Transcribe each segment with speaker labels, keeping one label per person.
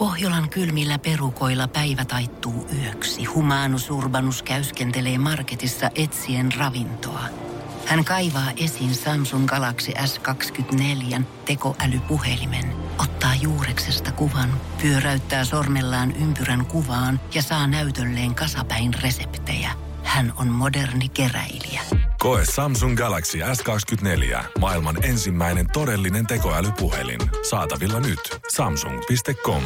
Speaker 1: Pohjolan kylmillä perukoilla päivä taittuu yöksi. Humanus Urbanus käyskentelee marketissa etsien ravintoa. Hän kaivaa esiin Samsung Galaxy S24 tekoälypuhelimen, ottaa juureksesta kuvan, pyöräyttää sormellaan ympyrän kuvaan ja saa näytölleen kasapäin reseptejä. Hän on moderni keräilijä.
Speaker 2: Koe Samsung Galaxy S24. Maailman ensimmäinen todellinen tekoälypuhelin. Saatavilla nyt. Samsung.com.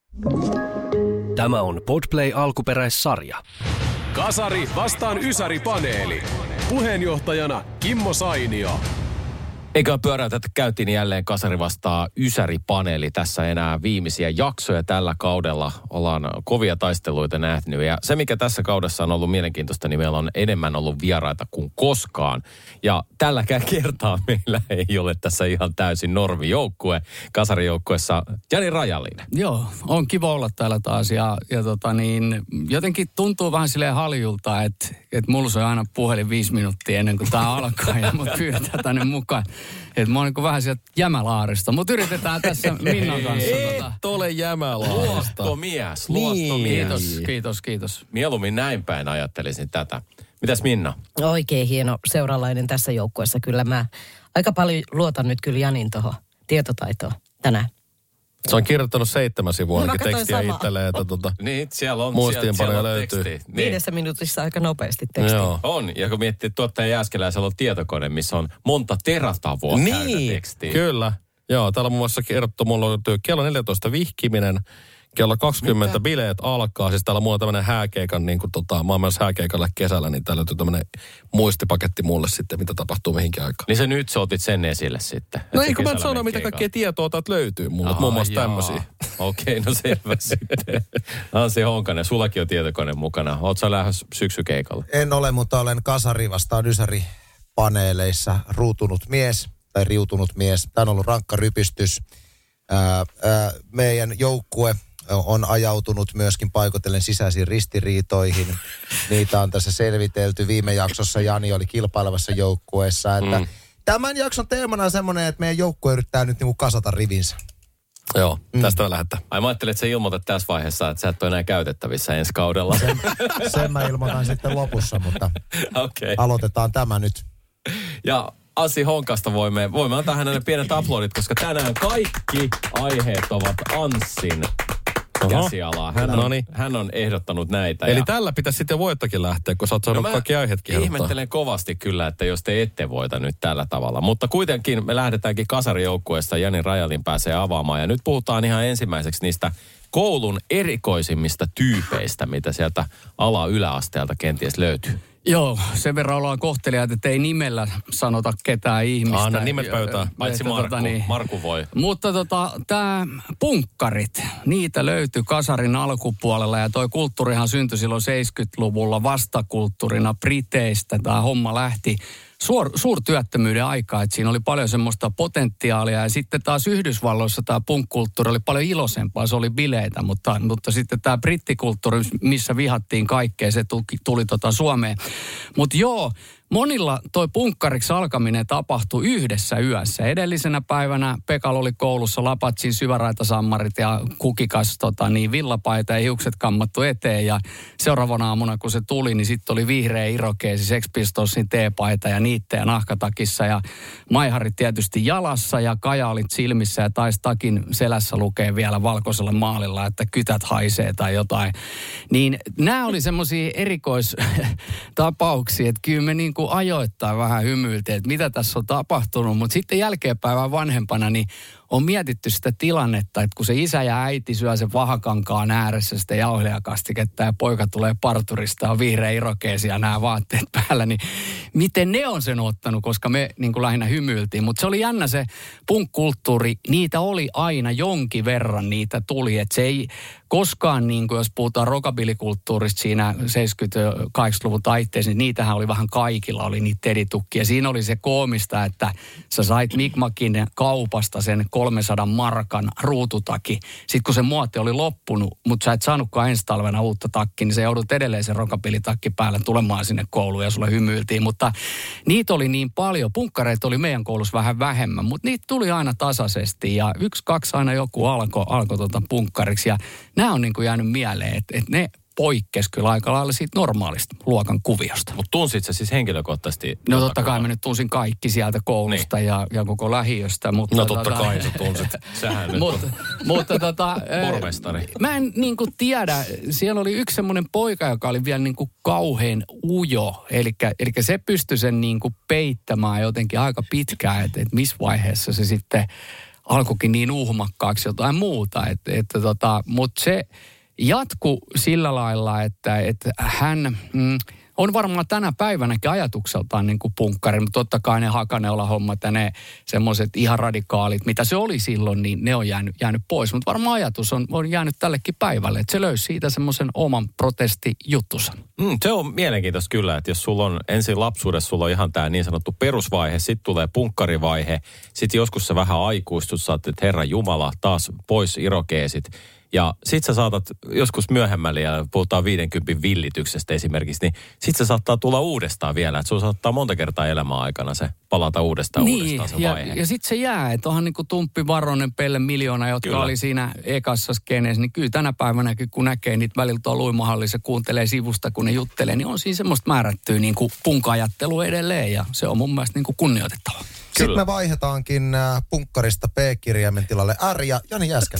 Speaker 3: Tämä on Podplay alkuperäissarja.
Speaker 4: Kasari vastaan Ysäri-paneeli. Puheenjohtajana Kimmo Sainio.
Speaker 5: Eikä pyöräytä, että käytiin jälleen Kasari vastaan Ysäri-paneeli. Tässä enää viimeisiä jaksoja tällä kaudella. Ollaan kovia taisteluita nähnyt. Ja se, mikä tässä kaudessa on ollut mielenkiintoista, niin meillä on enemmän ollut vieraita kuin koskaan. Ja tälläkään kertaa meillä ei ole tässä ihan täysin normijoukkue. Kasarijoukkueessa Jani Rajallinen.
Speaker 6: Joo, on kiva olla täällä taas. Ja jotenkin tuntuu vähän silleen haljulta, että mulla on aina puhelin 5 minuuttia ennen kuin tää alkaa ja mut pyydetään tänne mukaan. Että mä oon niin vähän sieltä Jämälaarista, mutta yritetään tässä Minnan kanssa.
Speaker 5: Et ole Jämälaarista. Luottomies.
Speaker 6: Kiitos.
Speaker 5: Mieluummin näin päin ajattelisin tätä. Mitäs Minna?
Speaker 7: Oikein hieno seuralainen tässä joukkueessa. Kyllä mä aika paljon luotan nyt kyllä Janin tuohon tietotaitoon tänään.
Speaker 8: Se on kirjoittanut 7 sivua ainakin tekstiä itselleen, että
Speaker 5: niin, siellä on
Speaker 8: muistiinpanoja löytyy.
Speaker 5: Niin.
Speaker 7: 5 minuutissa aika nopeasti tekstiä.
Speaker 8: Joo.
Speaker 5: On, ja kun miettii tuottaja Jääskeläisellä on tietokone, missä on monta teratavoa täynnä tekstiä.
Speaker 8: Kyllä. Joo, täällä muun muassa kerrottu, mulla on kello 14 vihkiminen, kello 20 bileet alkaa. Siis täällä mulla on tämmöinen hääkeikan, niin kuin mä oon myös hääkeikalle kesällä, niin täällä löytyy tämmöinen muistipaketti mulle sitten, mitä tapahtuu mihinkin aikaan.
Speaker 5: Niin nyt sä otit sen esille sitten.
Speaker 8: No ei, kun mä sanon, mitä kaikkea tietoa täältä löytyy mulle, muun muassa tämmöisiä.
Speaker 5: Okei, no selvä sitten. Ansi Honkanen, sullakin on tietokone mukana. Oot sä lähes syksykeikalle?
Speaker 9: En ole, mutta olen Kasari vastaan Ysäri-paneeleissa riutunut mies. Tämä on ollut rankka rypistys. Meidän joukkue on ajautunut myöskin paikotellen sisäisiin ristiriitoihin. Niitä on tässä selvitelty. Viime jaksossa Jani oli kilpailevassa joukkueessa. Että tämän jakson teemana on semmoinen, että meidän joukkue yrittää nyt niinku kasata rivinsä.
Speaker 8: Joo, tästä lähdetään.
Speaker 5: Ai mä ajattelin, että sä ilmoitat tässä vaiheessa, että sä et ole enää käytettävissä ensi kaudella.
Speaker 9: Sen mä ilmoitan sitten lopussa, mutta aloitetaan tämä nyt.
Speaker 5: Ja Anssi Honkasta voimme antaa hänelle pienet aplodit, koska tänään kaikki aiheet ovat Anssin käsialaa. Hän on ehdottanut näitä.
Speaker 8: Eli tällä pitäisi sitten voittakin lähteä, kun sä oot saanut kaikki aiheetkin ehdottaa.
Speaker 5: Ihmettelen kovasti kyllä, että jos te ette voita nyt tällä tavalla. Mutta kuitenkin me lähdetäänkin Kasarijoukkueesta. Jani Rajallin pääsee avaamaan. Ja nyt puhutaan ihan ensimmäiseksi niistä koulun erikoisimmista tyypeistä, mitä sieltä yläasteelta kenties löytyy.
Speaker 6: Joo, sen verran ollaan kohteliaita, että ei nimellä sanota ketään ihmistä.
Speaker 8: Anna nimet pöytään.
Speaker 5: Paitsi Markku. Markku voi.
Speaker 6: Mutta tämä punkkarit, niitä löytyi Kasarin alkupuolella ja toi kulttuurihan syntyi silloin 70-luvulla vastakulttuurina Briteistä. Tämä homma lähti suurtyöttömyyden aikaa, että siinä oli paljon semmoista potentiaalia ja sitten taas Yhdysvalloissa tämä punk-kulttuuri oli paljon iloisempaa, se oli bileitä, mutta sitten tämä brittikulttuuri, missä vihattiin kaikkea, se tuli Suomeen. Mutta joo, monilla toi punkkariksi alkaminen tapahtui yhdessä yössä. Edellisenä päivänä Pekalla oli koulussa lapatsin syväraitasammarit ja kukikas villapaita ja hiukset kammattu eteen. Ja seuraavana aamuna, kun se tuli, niin sitten oli vihreä irokeesi, Sex Pistolsin teepaita ja niittejä nahkatakissa. Ja maiharit tietysti jalassa ja kajaalit silmissä ja taisi takin selässä lukee vielä valkoisella maalilla, että kytät haisee tai jotain. Niin nämä oli semmoisia erikoistapauksia, että kyllä me niinku ajoittain vähän hymyiltiin, että mitä tässä on tapahtunut, mutta sitten jälkeenpäivän vanhempana niin on mietitty sitä tilannetta, että kun se isä ja äiti syö sen vahakankaan ääressä sitä jauhelijakastiketta ja poika tulee parturista, on vihreä irokeesi ja nämä vaatteet päällä, niin miten ne on sen ottanut, koska me niin kuin lähinnä hymyiltiin. Mutta se oli jännä se punk-kulttuuri, niitä oli aina jonkin verran, niitä tuli, että se ei koskaan, niin kuin jos puhutaan rockabilly-kulttuurista siinä 70-80-luvun taitteessa, niin niitähän oli vähän kaikilla, oli niitä teditukkia. Siinä oli se koomista, että sä sait Mikmakin kaupasta sen 300 markan ruututaki. Sitten kun se muoti oli loppunut, mutta sä et saanutkaan ensi talvena uutta takki, niin se joudut edelleen sen rokapelitakki päällä tulemaan sinne kouluun ja sulle hymyiltiin. Mutta niitä oli niin paljon. Punkkareita oli meidän koulussa vähän vähemmän, mutta niitä tuli aina tasaisesti ja 1-2 aina joku alkoi punkkariksi. Ja nämä on niin kuin jäänyt mieleen, että ne poikkesi kyllä aika lailla siitä normaalista luokan kuviosta.
Speaker 5: Mutta tunsit sä siis henkilökohtaisesti?
Speaker 6: No totta kai mä nyt tunsin kaikki sieltä koulusta niin. ja koko lähiöstä. Mutta
Speaker 8: no totta kai sä tunsit.
Speaker 5: Sähän nyt
Speaker 6: mutta
Speaker 5: pormestari.
Speaker 6: Mä en niin kuin tiedä, siellä oli yksi semmoinen poika, joka oli vielä niin kuin kauhean ujo. Eli se pystyi sen niin kuin peittämään jotenkin aika pitkään, että missä vaiheessa se sitten alkoikin niin uhmakkaaksi jotain muuta. Mutta se jatku sillä lailla, että hän on varmaan tänä päivänäkin ajatukseltaan niin kuin punkkari, mutta totta kai ne hakaneula-hommat ja ne semmoiset ihan radikaalit, mitä se oli silloin, niin ne on jäänyt pois. Mutta varmaan ajatus on jäänyt tällekin päivälle, että se löysi siitä semmoisen oman protestijuttusa.
Speaker 5: Se on mielenkiintoista kyllä, että jos sulla on ensin lapsuudessa, sulla on ihan tämä niin sanottu perusvaihe, sitten tulee punkkarivaihe, sitten joskus sä vähän aikuistut, sä oot, että Herran Jumala, taas pois irokeesit. Ja sit sä saatat joskus myöhemmälle, ja puhutaan 50 villityksestä esimerkiksi, niin sit se saattaa tulla uudestaan vielä. Että sun saattaa monta kertaa elämän aikana se palata uudestaan se vaihe.
Speaker 6: Ja sit se jää, että onhan niin kuin Tumppi Varonen, Pelle Miljoona, jotka kyllä oli siinä ekassa skeneessä, niin kyllä tänä päivänäkin, kun näkee niitä välillä tuolla uimahallissa, kuuntelee sivusta, kun ne juttelee, niin on siinä semmoista määrättyä niin kuin punkajattelua edelleen, ja se on mun mielestä niin kuin kunnioitettava.
Speaker 9: Sitten me vaihdetaankin punkkarista P-kirjaimen tilalle R ja Jani Jäskäs.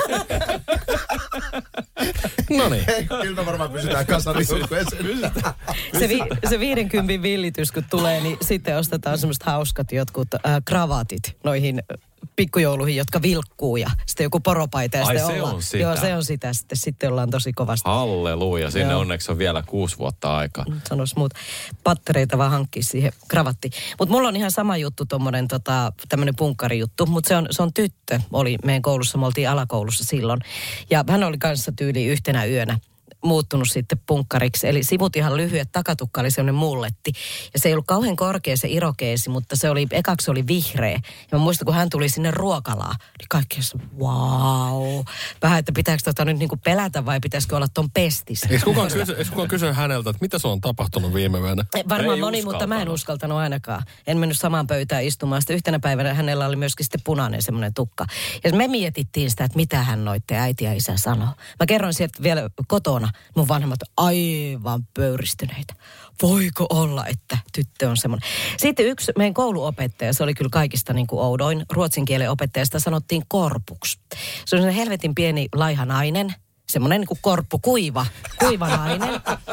Speaker 8: No niin.
Speaker 9: Kyllä me varmaan pysytään kasarisulkuessa.
Speaker 7: Se 50 villitys, kun tulee, niin sitten ostetaan semmoiset hauskat jotkut kravatit noihin pikkujouluihin, jotka vilkkuu ja sitten joku poropaita ja
Speaker 5: ai,
Speaker 7: sitten
Speaker 5: se
Speaker 7: ollaan.
Speaker 5: on sitä.
Speaker 7: Joo, se on sitä. Sitten ollaan tosi kovasti.
Speaker 5: Halleluja, sinne onneksi on vielä 6 vuotta aikaa.
Speaker 7: Sanois muut. Pattereita vaan hankkii siihen kravattiin. Mutta mulla on ihan sama juttu, tommonen tämmönen punkkarijuttu, mutta se on tyttö, oli meidän koulussa, me oltiin alakoulussa silloin. Ja hän oli kanssa tyyli yhtenä yönä muuttunut sitten punkkariksi. Eli sivut ihan lyhyet, takatukka oli semmoinen mulletti. Ja se ei ollut kauhean korkea se irokeesi, mutta ekaksi oli vihreä. Ja mä muistan, kun hän tuli sinne ruokalaan, niin kaikki wow. Vähän, että pitääkö nyt niinku pelätä vai pitäisikö olla ton pestissä?
Speaker 8: Eikö kukaan kysyä häneltä, että mitä se on tapahtunut viime yönä?
Speaker 7: Varmaan moni, mutta mä en uskaltanut ainakaan. En mennyt samaan pöytään istumaan. Sitten yhtenä päivänä hänellä oli myöskin sitten punainen semmoinen tukka. Ja me mietittiin sitä, että mitä hän noitte äiti ja isä sanoo. Mä kerroin sieltä vielä kotona. Mun vanhemmat aivan pöyristyneitä. Voiko olla, että tyttö on semmoinen? Sitten yksi meidän kouluopettaja, se oli kyllä kaikista niin kuin oudoin, ruotsin kielen opettajasta sanottiin korpuksi. Se on helvetin pieni laiha nainen, semmoinen niin kuin korppu, kuiva nainen.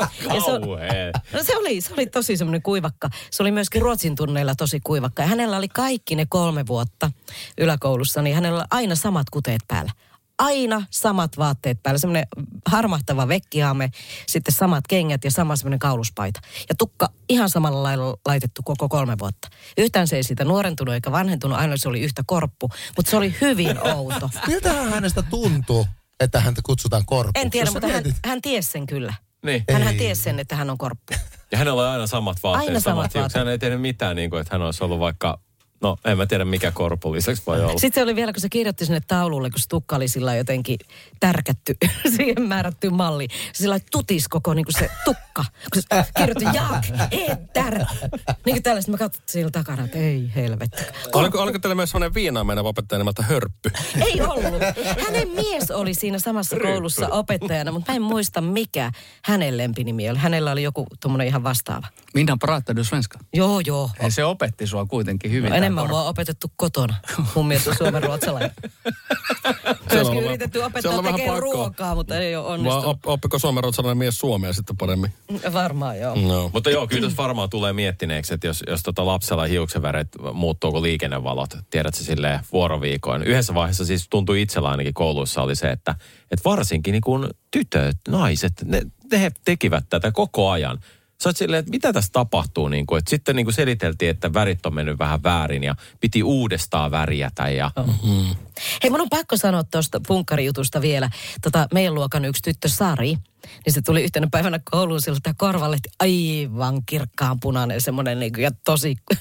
Speaker 7: Se oli tosi semmoinen kuivakka. Se oli myöskin ruotsin tunneilla tosi kuivakka. Ja hänellä oli kaikki ne 3 vuotta yläkoulussa, niin hänellä oli aina samat kuteet päällä. Aina samat vaatteet päällä, semmoinen harmahtava vekkihame, sitten samat kengät ja sama semmoinen kauluspaita. Ja tukka ihan samalla lailla laitettu koko 3 vuotta. Yhtään se ei siitä nuorentunut eikä vanhentunut, aina se oli yhtä korppu, mutta se oli hyvin outo.
Speaker 9: Miltähän hänestä tuntuu, että häntä kutsutaan korppuksi?
Speaker 7: En tiedä, mutta hän tiesi sen kyllä.
Speaker 5: Niin.
Speaker 7: Hän tiesi sen, että hän on korppu.
Speaker 5: Ja hänellä oli aina samat vaatteet.
Speaker 7: Aina samat vaatteet.
Speaker 5: Hän ei tehnyt mitään, niin kuin, että hän olisi ollut vaikka... No, en mä tiedä mikä korppu lisäksi voi olla.
Speaker 7: Sitten se oli vielä, kun se kirjoitti sinne taululle, kun se tukka oli sillä jotenkin tärkätty siihen määrättyyn malliin. Sillä tutis koko niin kuin se tukka. Kun se kirjoitti niin kuin tällaista mä katsoin siellä takana, että ei helvetti.
Speaker 8: Oliko teillä myös sellainen viinaan menevä opettaja nimeltä Hörppy?
Speaker 7: Ei ollut. Hänen mies oli siinä samassa koulussa opettajana, mutta mä en muista mikä hänen lempinimi oli. Hänellä oli joku tommonen ihan vastaava.
Speaker 6: Minä pratar du svenska?
Speaker 7: Joo.
Speaker 6: Se opetti sua kuitenkin hyvin.
Speaker 7: No, enemmän mua opetettu kotona. Mun mielestä suomen ruotsalainen. Myöskin yritetty opettaa tekemään ruokaa, mutta ei ole onnistunut.
Speaker 8: Oppiko suomen ruotsalainen mies suomea sitten paremmin?
Speaker 7: Varmaan joo.
Speaker 8: No.
Speaker 5: Mutta joo, kyllä tässä varmaan tulee miettineeksi, että jos lapsella hiuksenväreet muuttuu kuin liikennevalot, tiedätkö silleen vuoroviikoin. Yhdessä vaiheessa siis tuntui itsellä ainakin kouluissa oli se, että varsinkin niin kuin tytöt, naiset, ne tekivät tätä koko ajan. Sä oot silleen, että mitä tässä tapahtuu, niin kuin, että sitten niin kuin seliteltiin, että värit on mennyt vähän väärin ja piti uudestaan värjätä. Ja...
Speaker 7: Mm-hmm. Hei, mun on pakko sanoa tuosta punkkarijutusta vielä. Meidän luokan yksi tyttö Sari, niin se tuli yhtenä päivänä kouluun siltä korvalle, aivan kirkkaan punainen semmoinen niin kuin, ja tosi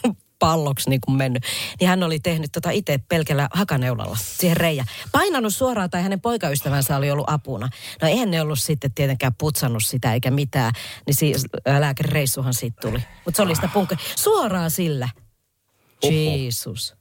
Speaker 7: palloksi niin kuin mennyt. Niin hän oli tehnyt itse pelkällä hakaneulalla siihen reijä. Painanut suoraan tai hänen poikaystävänsä oli ollut apuna. No eihän ne ollut sitten tietenkään putsannut sitä eikä mitään. Niin lääkärireissuhan siitä tuli. Mutta se oli sitä suoraan sillä. Jeesus.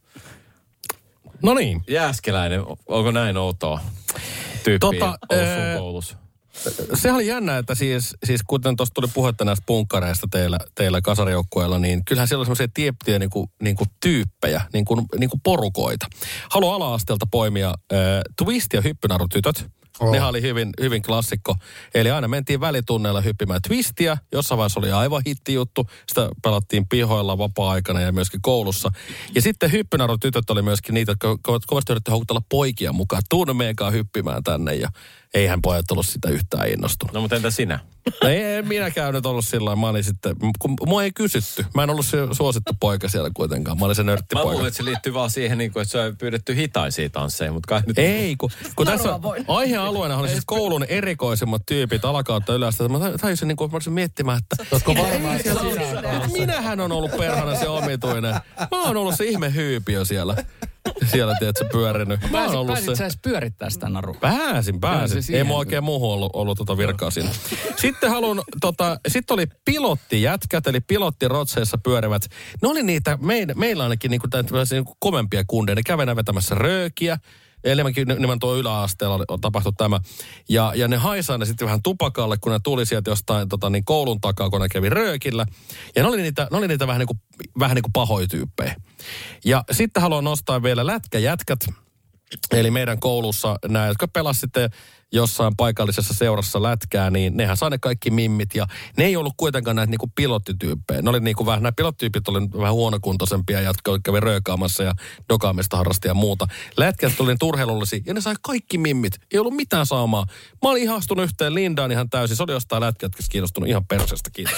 Speaker 8: No niin.
Speaker 5: Jääskeläinen, onko näin outoa tyyppiä ollut sun koulussa?
Speaker 8: Se oli jännä, että siis kuten tuossa tuli puhetta näistä punkkareista teillä kasarijoukkueella, niin kyllähän siellä on semmoisia tiettyjä niinku tyyppejä, niinku porukoita. Haluan ala-asteelta poimia Twist- ja hyppynarutytöt. Nehän oli hyvin klassikko. Eli aina mentiin välitunneilla hyppimään Twistiä. Jossain vaiheessa oli aivan hittijuttu. Sitä pelattiin pihoilla vapaa-aikana ja myöskin koulussa. Ja sitten hyppynarutytöt oli myöskin niitä, jotka kovasti yritti houkutella poikia mukaan. Tuu meidän hyppimään tänne ja eihän pojat ollut sitä yhtään innostunut.
Speaker 5: No mutta entä sinä?
Speaker 8: No ei minäkään nyt ollut sillä lailla. Mä olin sitten, kun mua ei kysytty. Mä en ollut se suosittu poika siellä kuitenkaan. Mä olin se nörttipoika.
Speaker 5: Mä luulen, että se liittyy vaan siihen, että se on pyydetty hitaisia tansseja, mutta kai nyt...
Speaker 8: Ei, kun tässä aihealueena oli siis koulun erikoisimmat tyypit alakautta ylästä. Mä tajusin miettimään, että...
Speaker 9: Oletko varmaan
Speaker 8: minähän on ollut perhana se omituinen. Mä oon ollut se ihme hyypiö siellä. Siellä, tiedätkö, pyörinyt.
Speaker 6: Pääsit sä edes pyörittää sitä narua?
Speaker 8: Pääsin. Ei mua oikein muuhun ollut virkaa siinä. Sitten sitten oli pilottijätkät, eli pilottirotseissa pyörivät. Ne oli niitä, meillä ainakin niinku kovempia kundeja. Ne kävi vetämässä röökiä. Enemmänkin nimenomaan tuo yläasteella on tapahtunut tämä. Ja ne haisaa ne sitten vähän tupakalle, kun ne tuli sieltä jostain koulun takaa, kun ne kävi röökillä. Ja ne oli niitä vähän niin kuin pahoja tyyppejä. Ja sitten haluan nostaa vielä lätkäjätkät. Eli meidän koulussa nämä, jotka pelasivat sitten jossain paikallisessa seurassa lätkää, niin nehän saa ne kaikki mimmit. Ja ne ei ollut kuitenkaan näitä niinku pilottityyppejä. Ne oli niinku vähän, nämä pilottityypit oli vähän huonokuntoisempia, jotka kävi röökaamassa ja dokaamista harrasti ja muuta. Lätkät tuli turheilullisia ja ne sai kaikki mimmit. Ei ollut mitään saamaa. Mä olin ihastunut yhteen Lindaan ihan täysin. Se oli jostain lätkätkäs kiinnostunut ihan perseestä, kiitos.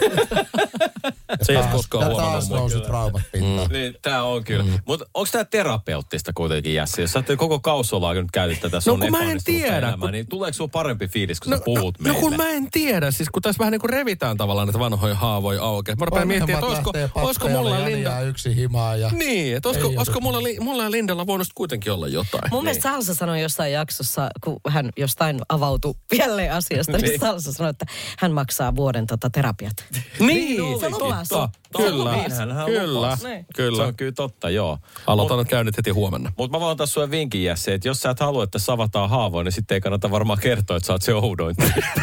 Speaker 8: Se ei ole koskaan huomannut.
Speaker 9: Taas nousi traumat pintaan.
Speaker 5: Niin, tää on kyllä. Mutta onko tää terapeuttista kuitenkin, Jässi? Jos sä oot koko kausolaa nyt käynyt tätä sun
Speaker 8: kun mä en tiedä.
Speaker 5: Niin tuleeko sulla parempi fiilis, kun sä puhut meille?
Speaker 8: No kun mä en tiedä. Siis kun tässä vähän niin kuin revitään tavallaan näitä vanhoja haavoja auki. Mä rupean miettimään, että olisiko mulla ja Linda...
Speaker 9: yksi himaa ja...
Speaker 8: Niin, että olisiko mulla ja Lindalla voinut kuitenkin olla jotain.
Speaker 7: Mun mielestä Salsa sanoi jossain jaksossa, kun hän jostain avautui jälleen asiasta, niin Salsa sanoi, että hän maksaa vuoden terapiat.
Speaker 8: Niin,
Speaker 7: se lupasi.
Speaker 8: Kyllä.
Speaker 5: Se on kyllä totta, joo.
Speaker 8: Aloitan nyt käynnit heti huomenna.
Speaker 5: Mutta mä voin antaa sulle vinkin, Jässi, että jos sä et halua, että savataan haavoin, niin sitten ei kannata varmaan kertoa, että sä oot se oudoin.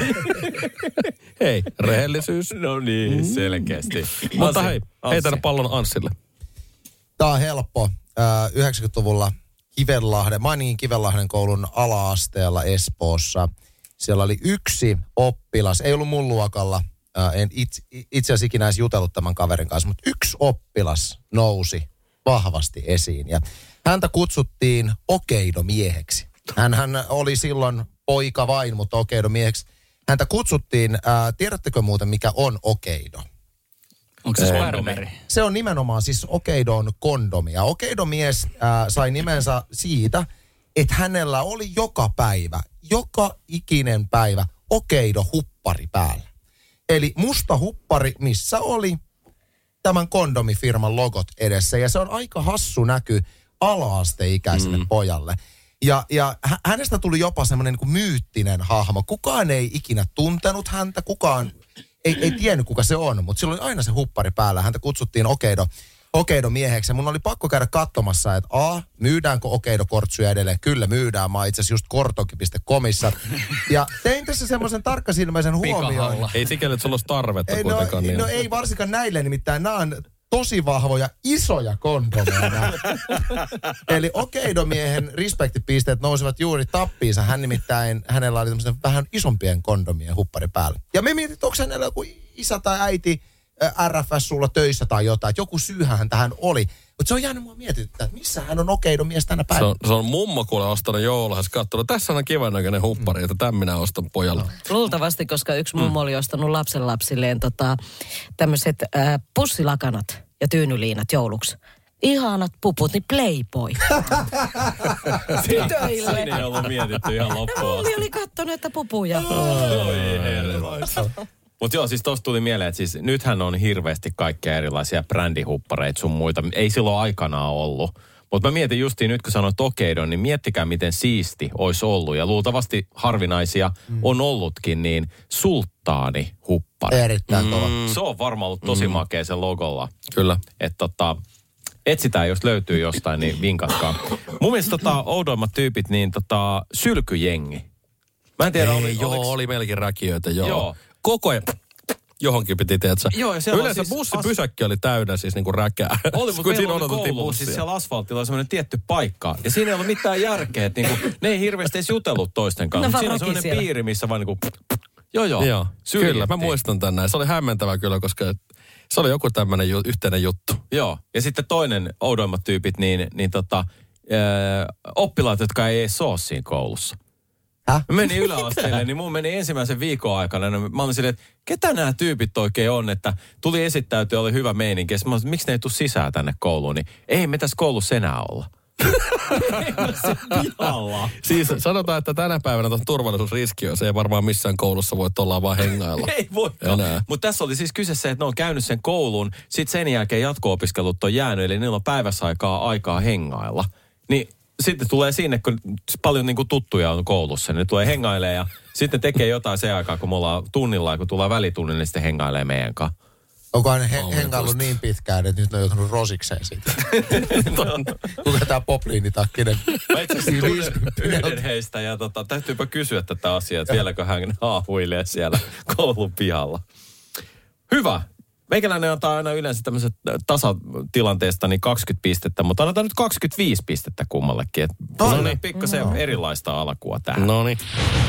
Speaker 8: Hei, rehellisyys.
Speaker 5: No niin, selkeästi.
Speaker 8: Mutta hei, heitän pallon Anssille.
Speaker 9: Tää on helppo. 90-luvulla Kivenlahden koulun ala-asteella Espoossa. Siellä oli yksi oppilas, ei ollut mun luokalla. En itse asiassa ikinä edes jutellut tämän kaverin kanssa, mutta yksi oppilas nousi vahvasti esiin. Ja häntä kutsuttiin okeidomieheksi. Hänhän oli silloin poika vain, mutta okeidomieheksi. Häntä kutsuttiin, tiedättekö muuten mikä on okeido?
Speaker 6: Onko se spermeri?
Speaker 9: Se on nimenomaan siis okeidon kondomi. Ja okeidomies sai nimensä siitä, että hänellä oli joka ikinen päivä okeido-huppari päällä. Eli musta huppari, missä oli tämän kondomifirman logot edessä. Ja se on aika hassu näky ala-asteikäiselle pojalle. Ja hänestä tuli jopa semmoinen niin kuin myyttinen hahmo. Kukaan ei ikinä tuntenut häntä, kukaan ei tiennyt kuka se on, mutta sillä oli aina se huppari päällä. Häntä kutsuttiin okeidomieheksi. Ja mun oli pakko käydä katsomassa, että myydäänkö okeidokortsuja edelleen? Kyllä myydään. Mä oon itse asiassa just kortoki.comissa. Ja tein tässä semmoisen tarkkasilmäisen huomioon.
Speaker 8: Ei sikäli, että sulla olisi tarvetta kuitenkaan.
Speaker 9: No ei varsinkaan näille, nimittäin nämä on tosi vahvoja, isoja kondomeja. Eli okeidomiehen respektipisteet nousivat juuri tappiinsa. Hänellä oli tämmöisen vähän isompien kondomien huppari päällä. Ja me mietit, onko hänellä joku isä tai äiti RFS sulla töissä tai jotain. Että joku syyhän tähän oli. Mutta se on jäänyt mua mietityttää, että missä hän on okeidomies tänä päivänä.
Speaker 8: Se on mummo kuule ostanut joulua. Se katsonut, tässä on kivan näköinen huppari, että tämän minä ostan pojalle.
Speaker 7: Luultavasti, koska yksi mummo oli ostanut lapsenlapsilleen tämmöiset pussilakanat ja tyynyliinat jouluksi. Ihanat puput, niin Playboy.
Speaker 5: Siinä ei ollut mietitty ihan loppuun.
Speaker 7: Olli oli kattonut, että pupuja.
Speaker 5: Mutta joo, siis tosta tuli mieleen, että siis nythän on hirveästi kaikkea erilaisia brändihuppareita sun muita. Ei silloin aikanaan ollut. Mutta mä mietin justiin nyt, kun sanoin Tokeidon, niin miettikää, miten siisti olisi ollut. Ja luultavasti harvinaisia on ollutkin, niin sulttaanihuppari.
Speaker 9: Erittäin kova.
Speaker 5: Se on varmaan ollut tosi makea sen logolla.
Speaker 8: Kyllä.
Speaker 5: Että etsitään, jos löytyy jostain, niin vinkatkaa. Mun mielestä oudoimmat tyypit, niin sylkyjengi. Mä en tiedä,
Speaker 8: oli melkein räkiöitä,
Speaker 5: Joo.
Speaker 8: Koko ajan johonkin piti, tiedätkö?
Speaker 5: Joo, ja
Speaker 8: yleensä siis bussipysäkki oli täynnä siis niinku räkää.
Speaker 5: Oli, mutta meillä oli kouluun, siis siellä asfaltilla oli semmoinen tietty paikka. Ja siinä ei ollut mitään järkeä, että niinku, ne ei hirveästi edes jutellut toisten kanssa. Siinä on semmoinen piiri, missä vaan niinku, joo.
Speaker 8: Kyllä, mä muistan tänne. Se oli hämmentävä kyllä, koska se oli joku tämmöinen yhteinen juttu.
Speaker 5: Joo, ja sitten toinen oudoimmat tyypit, oppilaat, jotka ei edes ole siinä koulussa. Mä menin yläasteelle, niin mun meni ensimmäisen viikon aikana. Mä olin silleen, että ketä nämä tyypit oikein on, että tuli esittäytyä, oli hyvä meininki. Mä olin, miksi ne ei tule sisään tänne kouluun, niin ei me tässä koulussa enää olla. Se pihalla.
Speaker 8: Siis sanotaan, että tänä päivänä tuossa turvallisuusriski on. Se ei varmaan missään koulussa voi ollaan vaan hengailla.
Speaker 5: Ei voikaan. Mutta tässä oli siis kyse se, että ne on käynyt sen koulun. Sitten sen jälkeen jatko-opiskelut on jäänyt, eli niillä on päivässä aikaa hengailla. Niin sitten tulee sinne, kun paljon niinku tuttuja on koulussa, niin ne tulee hengailemaan ja sitten tekee jotain sen aikaa, kun me ollaan tunnilla ja kun tulee välitunnille, niin sitten hengailee meidän kanssa.
Speaker 9: Onkohan ne hengaillut niin pitkään, että nyt ne on joutunut rosikseen siitä? Kuka tää popliinitakkinen?
Speaker 5: Mä itse asiassa tunnen yhden heistä ja täytyypä kysyä tätä asiaa, että vieläkö hän haahuilee siellä koulun pihalla. Hyvä. Meikäläinen antaa aina yleensä tämmöiset tasatilanteesta niin 20 pistettä, mutta annetaan nyt 25 pistettä kummallekin. No niin, pikkasen erilaista alkua tähän.
Speaker 8: No niin.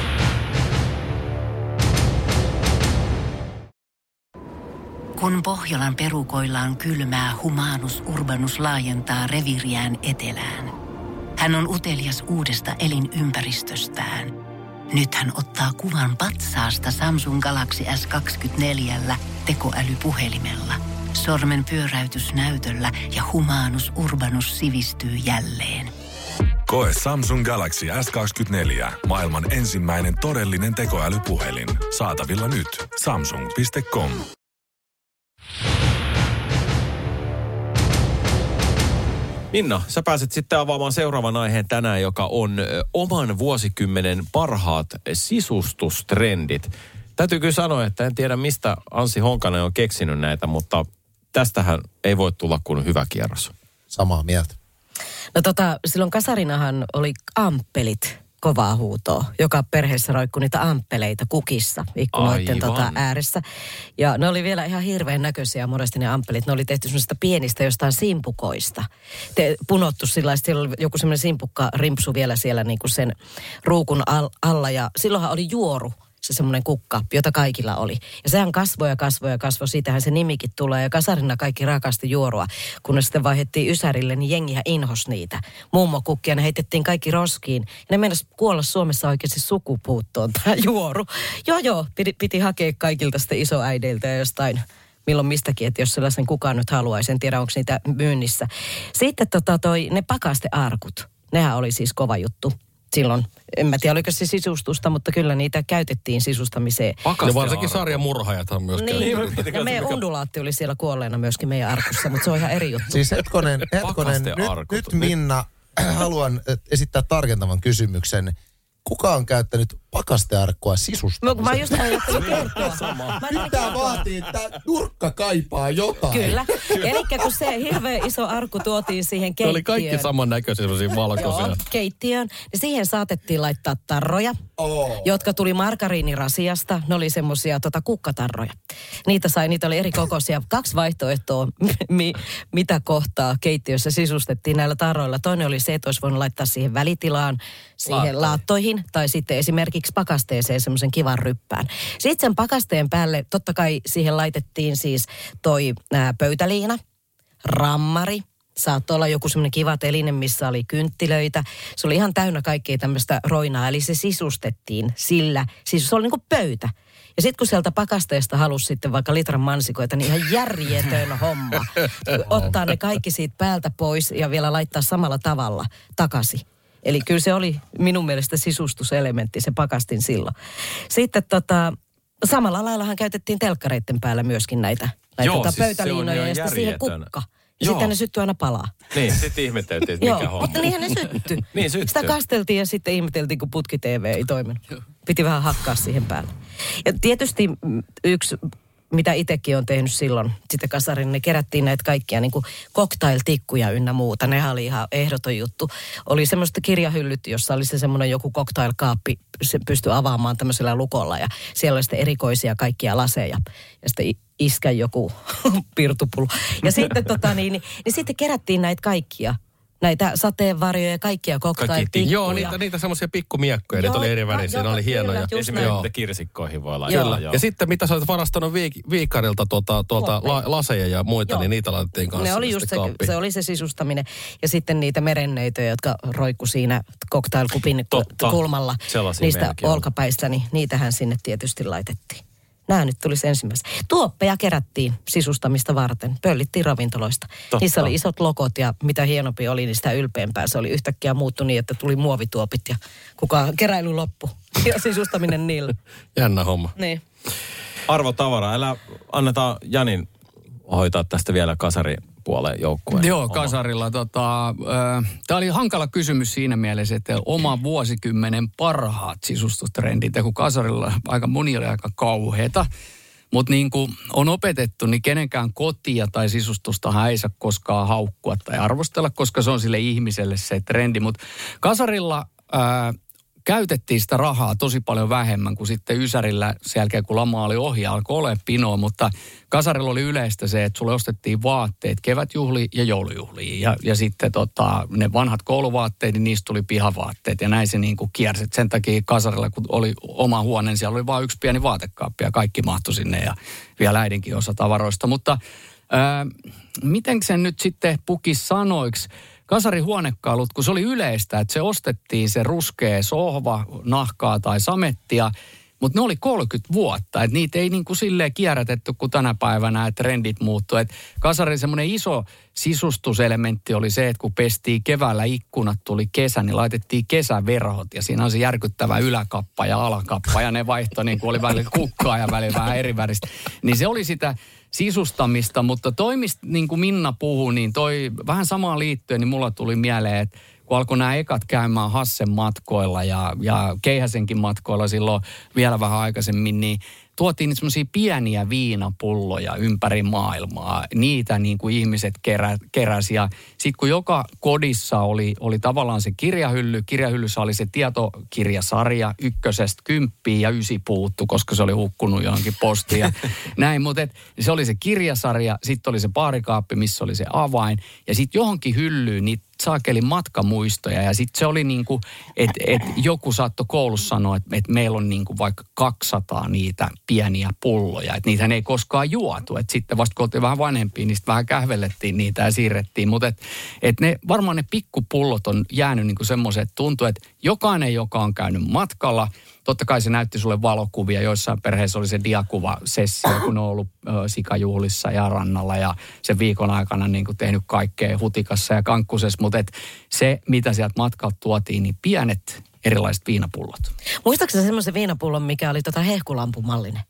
Speaker 1: Kun Pohjolan perukoillaan kylmää, Humanus Urbanus laajentaa reviiriään etelään. Hän on utelias uudesta elinympäristöstään. Nyt hän ottaa kuvan patsaasta Samsung Galaxy S24 tekoälypuhelimella. Sormen pyöräytys näytöllä ja Humanus Urbanus sivistyy jälleen.
Speaker 2: Koe Samsung Galaxy S24. Maailman ensimmäinen todellinen tekoälypuhelin. Saatavilla nyt. Samsung.com.
Speaker 5: Minna, sä pääset sitten avaamaan seuraavan aiheen tänään, joka on oman vuosikymmenen parhaat sisustustrendit. Täytyy kyllä sanoa, että en tiedä mistä Anssi Honkanen on keksinyt näitä, mutta tästähän ei voi tulla kuin hyvä kierros.
Speaker 9: Samaa mieltä.
Speaker 7: No silloin kasarinahan oli amppelit kovaa huutoa. Joka perheessä roikkui niitä amppeleita kukissa ikkunoiden ääressä. Ja ne oli vielä ihan hirveän näköisiä monesti ne amppelit. Ne oli tehty semmoista pienistä jostain simpukoista. Punottu sillä lailla, oli joku semmoinen simpukka rimpsu vielä siellä niin kuin sen ruukun alla. Ja silloinhan oli juoru. Se semmoinen kukka, jota kaikilla oli. Ja sehän kasvoi. Siitähän se nimikin tulee. Ja kasarina kaikki rakasti juorua. Kun ne sitten vaihdettiin ysärille, niin jengihän inhos niitä. Mummokukkia, ne heitettiin kaikki roskiin. Ja ne meinasi kuolla Suomessa oikeasti sukupuuttoon, tämä juoru. Joo, piti hakea kaikilta sitten isoäideiltä ja jostain milloin mistäkin, että jos sellaisen kukaan nyt haluaisi. En tiedä, onko niitä myynnissä. Sitten ne pakastearkut. Nehän oli siis kova juttu. Silloin, en mä tiedä, oliko se sisustusta, mutta kyllä niitä käytettiin sisustamiseen.
Speaker 8: Ja varsinkin sarjamurhaajathan myös
Speaker 7: käytettiin. Ja meidän undulaatti oli siellä kuolleena myöskin meidän arkussa, mutta se on ihan eri juttu.
Speaker 9: Siis hetkonen, nyt Minna, haluan esittää tarkentavan kysymyksen. Kuka on käyttänyt pakastearkkua sisustamiseen?
Speaker 7: Mä just ajattelin kertoa.
Speaker 9: Nyt tää vaatii, että nurkka kaipaa jotain.
Speaker 7: Kyllä. Elikkä kun se hirveän iso arkku tuotiin siihen keittiöön.
Speaker 8: Ne oli kaikki samannäköisiä, sellaisia valkoisia.
Speaker 7: Joo, keittiöön. Ja siihen saatettiin laittaa tarroja, jotka tuli margariinirasiasta. Ne oli semmosia kukkatarroja. Niitä oli eri kokoisia. 2 vaihtoehtoa, mitä kohtaa keittiössä sisustettiin näillä tarroilla. Toinen oli se, että olisi voinut laittaa siihen välitilaan, siihen laattoihin, tai sitten esimerkiksi pakasteeseen semmoisen kivan ryppään. Sitten sen pakasteen päälle totta kai siihen laitettiin siis pöytäliina, rammari, saattoi olla joku semmoinen kiva teline, missä oli kynttilöitä. Se oli ihan täynnä kaikkea tämmöistä roinaa, eli se sisustettiin sillä. Siis se oli niin kuin pöytä. Ja sitten kun sieltä pakasteesta halusi sitten vaikka litran mansikoita, niin ihan järjetön homma. Ottaa ne kaikki siitä päältä pois ja vielä laittaa samalla tavalla takaisin. Eli kyllä se oli minun mielestä sisustuselementti, se pakastin silloin. Sitten Samalla laillahan käytettiin telkkareiden päällä myöskin näitä
Speaker 5: Joo, siis
Speaker 7: pöytäliinoja ja sitten siihen kukka. Ja sitten ne syttyi aina palaa.
Speaker 5: Niin, sitten ihmeteltiin, että mikä homma.
Speaker 7: Mutta niinhän ne syttyi.
Speaker 5: Niin syttyi.
Speaker 7: Sitä kasteltiin ja sitten ihmeteltiin, kun putki-TV ei toiminut. Piti vähän hakkaa siihen päälle. Ja tietysti yksi, mitä itsekin on tehnyt silloin, sitten kasarin, ne kerättiin näitä kaikkia niin kuin cocktail-tikkuja ynnä muuta. Nehän oli ihan ehdoton juttu. Oli semmoista kirjahyllyt, jossa oli se semmoinen joku cocktail-kaappi, se pystyi avaamaan tämmöisellä lukolla ja siellä oli sitten erikoisia kaikkia laseja. Ja sitten iskän joku pirtupullo. Ja sitten niin sitten kerättiin näitä kaikkia. Näitä sateenvarjoja ja kaikkia cocktail-tikkuja.
Speaker 8: Joo, niitä semmoisia pikkumiekkoja, niitä oli eri värisiä, ne oli hienoja.
Speaker 5: Esimerkiksi mitä kirsikkoihin voi laittaa.
Speaker 8: Kyllä. Ja sitten mitä sä olet varastanut viikarilta tuolta laseja ja muita, niin niitä laitettiin kanssa.
Speaker 7: Ne oli just se oli se sisustaminen. Ja sitten niitä merenneitoja, jotka roikku siinä cocktailkupin kulmalla niistä olkapäistä, niin niitähän sinne tietysti laitettiin. Nämä nyt tulisi ensimmäisenä. Tuoppeja kerättiin sisustamista varten. Pöllittiin ravintoloista. Totta. Niissä oli isot logot ja mitä hienompi oli, niin sitä ylpeämpää. Se oli yhtäkkiä muuttu niin, että tuli muovituopit ja keräily loppu. Ja sisustaminen niillä.
Speaker 8: Jännä homma.
Speaker 7: Niin.
Speaker 5: Arvotavara. Annetaan Janin hoitaa tästä vielä kasaripuoleen joukkueen.
Speaker 6: Joo, kasarilla. Tämä oli hankala kysymys siinä mielessä, että oma vuosikymmenen parhaat sisustustrendit. Ja kun kasarilla aika moni oli aika kauheita. Mutta niin kuin on opetettu, niin kenenkään kotia tai sisustustahan ei saa koskaan haukkua tai arvostella, koska se on sille ihmiselle se trendi. Mutta kasarilla käytettiin sitä rahaa tosi paljon vähemmän kuin sitten Ysärillä sen jälkeen, kun lama oli ohi, alkoi olemaan pinoa, mutta kasarilla oli yleistä se, että sulle ostettiin vaatteet kevätjuhliin ja joulujuhliin. Ja sitten ne vanhat kouluvaatteet, niin niistä tuli pihavaatteet ja näin se niin kuin kiersi. Sen takia kasarilla, kun oli oma huone, niin siellä oli vain yksi pieni vaatekaappi ja kaikki mahtui sinne ja vielä äidinkin osa tavaroista. Mutta miten sen nyt sitten pukisi sanoiksi? Kasarihuonekalut, kun se oli yleistä, että se ostettiin se ruskea sohva, nahkaa tai samettia, mutta ne oli 30 vuotta. Että niitä ei niin kuin silleen kierrätetty kuin tänä päivänä, että trendit muuttuu. Että kasarin semmoinen iso sisustuselementti oli se, että kun pestiin keväällä ikkunat, tuli kesä, niin laitettiin kesäverhot. Ja siinä on se järkyttävä yläkappa ja alakappa ja ne vaihtoi niin kuin oli välillä kukkaa ja välillä vähän eri väristä. Niin se oli sitä sisustamista, mutta niin kuin Minna puhui, niin toi vähän samaan liittyen, niin mulla tuli mieleen, että kun alkoi nämä ekat käymään Hassen matkoilla ja Keihäsenkin matkoilla silloin vielä vähän aikaisemmin, niin tuotiin niitä semmoisia pieniä viinapulloja ympäri maailmaa. Niitä niin kuin ihmiset keräsi. Ja sitten kun joka kodissa oli tavallaan se kirjahyllyssä oli se tietokirjasarja 1-10 ja 9 puuttu, koska se oli hukkunut johonkin postiin ja näin. Mutta se oli se kirjasarja, sitten oli se baarikaappi, missä oli se avain. Ja sitten johonkin hyllyyn niitä saakeli matkamuistoja. Ja sitten se oli niin kuin, että joku saattoi koulussa sanoa, että meillä on niin kuin vaikka 200 niitä pieniä pulloja. Että niitähän ei koskaan juotu. Että sitten vasta kun oltiin vähän vanhempia, niin sitten vähän kähvellettiin niitä ja siirrettiin. Mutta varmaan ne pikkupullot on jäänyt niin kuin semmoiset, että tuntuu, että jokainen, joka on käynyt matkalla, totta kai se näytti sulle valokuvia. Joissain perheissä oli se diakuvasessio, kun on ollut sikajuhlissa ja rannalla ja sen viikon aikana niin kuin tehnyt kaikkea hutikassa ja kankkusessa. Mutta se, mitä sieltä matkalta tuotiin, niin pienet erilaiset viinapullot.
Speaker 7: Muistatko sä semmoisen viinapullon, mikä oli hehkulampumallinen?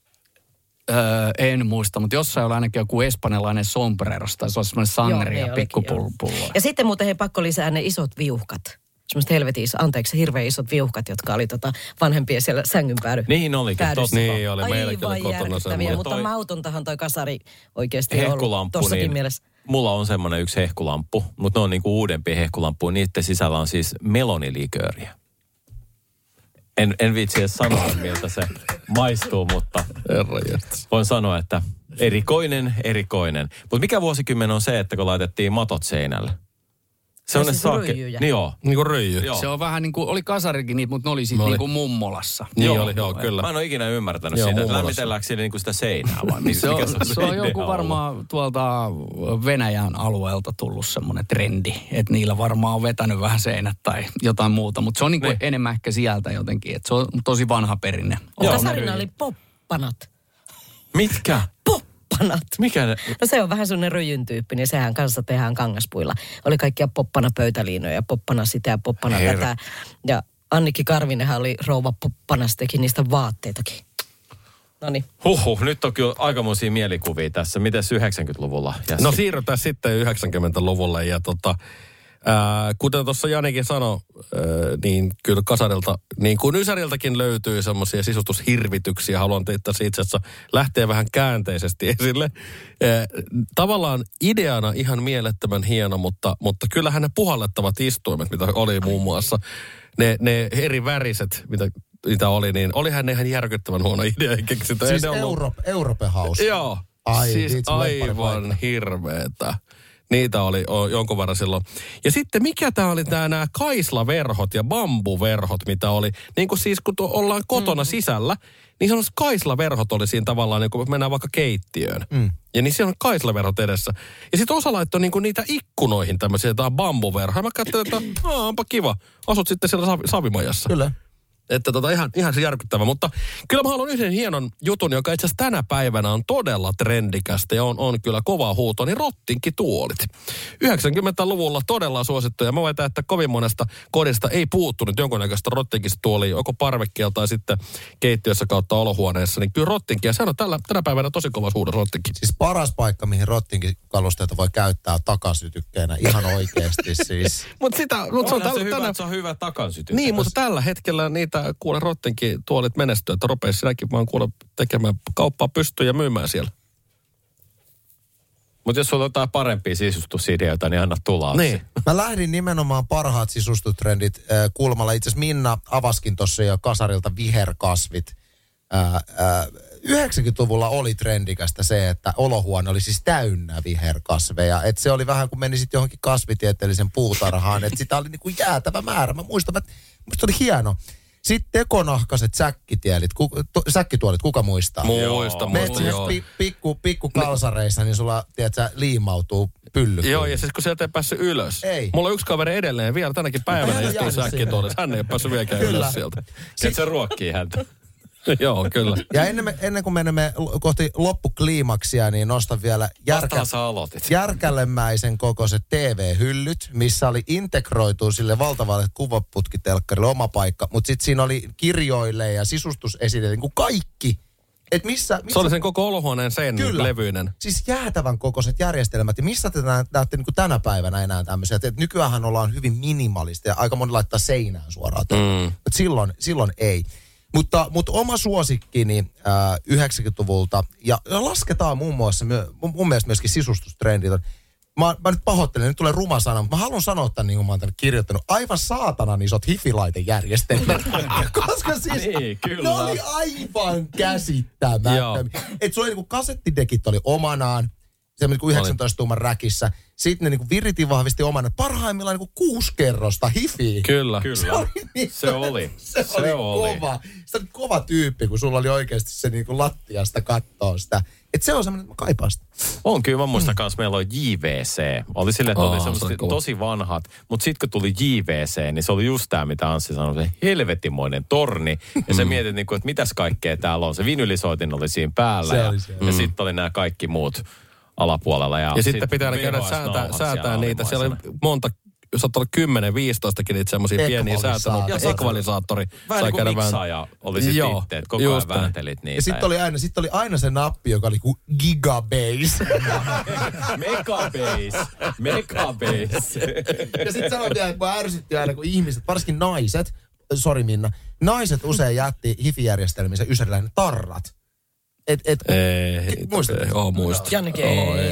Speaker 6: En muista, mutta jossain oli ainakin joku espanjalainen sombreros tai se oli semmoinen sangria ja pikkupullo.
Speaker 7: Ja sitten muuten pakko lisää ne isot viuhkat. Semmoiset hirveän isot viuhkat, jotka oli vanhempia siellä sängyn
Speaker 5: Niin olikin, totta.
Speaker 8: Niin oli, meilläkin oli kotona semmoinen.
Speaker 7: Mutta mautontahan toi kasari oikeasti ollut tossakin niin, mielessä.
Speaker 5: Mulla on semmoinen yksi hehkulamppu, mutta ne on niinku uudempia hehkulamppuja. Niiden sisällä on siis melonilikööriä. En viitsi edes sanoa, miltä se maistuu, mutta voin sanoa, että erikoinen. Mutta mikä vuosikymmen on se, että kun laitettiin matot seinälle? Se on
Speaker 7: siis ryijyjä.
Speaker 5: Niin joo.
Speaker 8: Niin kuin ryijy.
Speaker 6: Se on vähän niin kuin, oli kasarikin niitä, mutta ne oli sitten niin kuin mummolassa.
Speaker 8: Niin oli, kyllä.
Speaker 5: Mä en ole ikinä ymmärtänyt sitä, että lämmitelläänkö siellä niin kuin sitä seinää vai?
Speaker 6: Se on joku varmaan tuolta Venäjän alueelta tullut semmoinen trendi, että niillä varmaan on vetänyt vähän seinät tai jotain muuta, mutta se on niin kuin enemmän ehkä sieltä jotenkin, että se on tosi vanha perinne.
Speaker 7: Kasarina oli poppanat.
Speaker 5: Mitkä? Mikä ne?
Speaker 7: No se on vähän sellainen ryjyn tyyppi, niin sehän kanssa tehdään kangaspuilla. Oli kaikkia poppana pöytäliinoja, poppana sitä ja poppana tätä. Ja Annikki Karvinenhan oli rouva poppanas, teki niistä vaatteitakin. Noniin.
Speaker 5: Nyt on kyllä aikamoisia mielikuvia tässä. Mites 90-luvulla? Jässi?
Speaker 8: No siirrytään sitten 90-luvulle ja kuten tuossa Janikin sanoi, niin kyllä Kasarilta, niin kuin Ysäriltäkin löytyy semmoisia sisustushirvityksiä. Haluan tässä itse asiassa lähteä vähän käänteisesti esille. Tavallaan ideana ihan mielettömän hieno, mutta kyllähän ne puhallettavat istuimet, mitä oli muun muassa, ne eri väriset, mitä oli, niin olihan ne ihan järkyttävän huono idea.
Speaker 9: Siis Europe House.
Speaker 8: Joo, siis aivan hirveetä. Niitä oli jonkun verran silloin. Ja sitten mikä tämä oli nämä kaislaverhot ja bambuverhot, mitä oli. Niin kuin siis kun ollaan kotona sisällä, niin sellaiset kaislaverhot oli siinä tavallaan, niin kun mennään vaikka keittiöön. Ja niin siellä on kaislaverhot edessä. Ja sitten osa laittoi niin kuin niitä ikkunoihin tämmöisiä jotain bambuverhoja. Mä katsoin, että onpa kiva. Asut sitten siellä savimajassa.
Speaker 9: Kyllä.
Speaker 8: Että ihan se järkyttävä, mutta kyllä mä haluan yhden hienon jutun, joka itse asiassa tänä päivänä on todella trendikästä ja on kyllä kova huuto, niin rottinkituolit. 90-luvulla todella suosittu ja mä väitän, että kovin monesta kodista ei puuttunut jonkunnäköistä rottinkituolia, joko parvekkeella tai sitten keittiössä kautta olohuoneessa, niin kyllä rottinki, ja sehän on tänä päivänä tosi kova huudo rottinki.
Speaker 9: Siis paras paikka, mihin rottinkikalusteita voi käyttää takasytykkeenä, ihan oikeasti siis.
Speaker 5: Mutta se on hyvä takasytykkä.
Speaker 8: Niin, mutta tällä hetkellä niitä kuule rottinkin tuolit menestyä, että rupeisi sinäkin vaan kuule tekemään kauppaa pystyyn ja myymään siellä.
Speaker 5: Mutta jos sulla on jotain parempia sisustusideoita, niin anna tulla.
Speaker 9: Niin. Mä lähdin nimenomaan parhaat sisustustrendit kulmalla. Itse asiassa Minna avaskin tuossa jo Kasarilta viherkasvit. 90-luvulla oli trendikästä se, että olohuone oli siis täynnä viherkasveja. Että se oli vähän kuin menisit johonkin kasvitieteellisen puutarhaan, että sitä oli niin kuin jäätävä määrä. Mä muistan, että musta oli hieno. Sitten tekonahkaset säkkituolit, kuka muistaa?
Speaker 8: Muista,
Speaker 9: joo. Pikku kalsareissa, niin sulla, tiedätkö, liimautuu pylly.
Speaker 8: Joo, ja siis kun sieltä ei päässyt ylös.
Speaker 9: Ei.
Speaker 8: Mulla on yksi kaveri edelleen vielä tänäkin päivänä istuu säkkituolissa. Hän ei ole päässyt vieläkään ylös sieltä.
Speaker 5: Sitten se ruokkii häntä.
Speaker 8: Joo, kyllä.
Speaker 9: Ja ennen kuin menemme kohti loppukliimaksia, niin nostan vielä järkällemäisen kokoiset TV-hyllyt, missä oli integroitu sille valtavalle kuvaputkitelkkarille oma paikka, mutta sitten siinä oli kirjoille ja sisustusesineille niin kuin kaikki. Et missä
Speaker 8: se oli sen koko olohuoneen sen levyinen.
Speaker 9: Siis jäätävän kokoiset järjestelmät. Ja missä te näette niin kuin tänä päivänä enää tämmöisiä? Et nykyäänhän ollaan hyvin minimalista ja aika moni laittaa seinään suoraan. Mutta silloin ei. Mutta oma suosikkini 90-luvulta, ja lasketaan muun muassa, mun mielestä myöskin sisustustrendit on. Mä nyt pahoittelen, nyt tulee ruma sana, mutta mä haluan sanoa tämän, niin kuin mä oon tänne kirjoittanut, aivan saatanan isot hifilaitejärjestelmät. Koska siis
Speaker 5: niin,
Speaker 9: ne oli aivan käsittämättömiä. Että sulla oli niin kuin kasettidekit oli omanaan, semmoinen kuin 19-tuuman räkissä. Sitten ne niin kuin viritin vahvisti omana. Parhaimmillaan niin kuin 6 kerrosta hifiä.
Speaker 8: Kyllä.
Speaker 5: Se oli
Speaker 9: kova. Se oli kova tyyppi, kun sulla oli oikeasti se niin kuin lattiasta kattoo sitä. Että se on semmoinen, että mä kaipaan sitä.
Speaker 5: On kyllä, mä muistan kanssa, meillä oli JVC. Oli silleen, että oli semmoiset tosi vanhat. Mutta sitten kun tuli JVC, niin se oli just tämä, mitä Anssi sanoi, se helvetimoinen torni. Ja sä mietit, niin kuin, että mitäs kaikkea täällä on. Se vinylisoitin oli siinä päällä. Ja sitten oli nämä kaikki muut alapuolella. Ja
Speaker 8: sitten pitää käydä säätää niitä. Siellä oli monta, jos olet ollut 10-15kin niitä semmoisia pieniä säätöjä. Ekvalisaattori.
Speaker 5: Vähän niin kuin miksaaja oli sitten itse, että koko ajan vääntelit niitä.
Speaker 9: Ja sitten oli aina se nappi, joka oli kuin gigabase.
Speaker 5: Megabase.
Speaker 9: Ja sitten sanoin vielä, että mä ärsytti aina, kun ihmiset, varsinkin naiset, sori Minna, naiset usein jätti hifijärjestelmissä ysärillä ne tarrat.
Speaker 8: Muista.
Speaker 7: Janneke,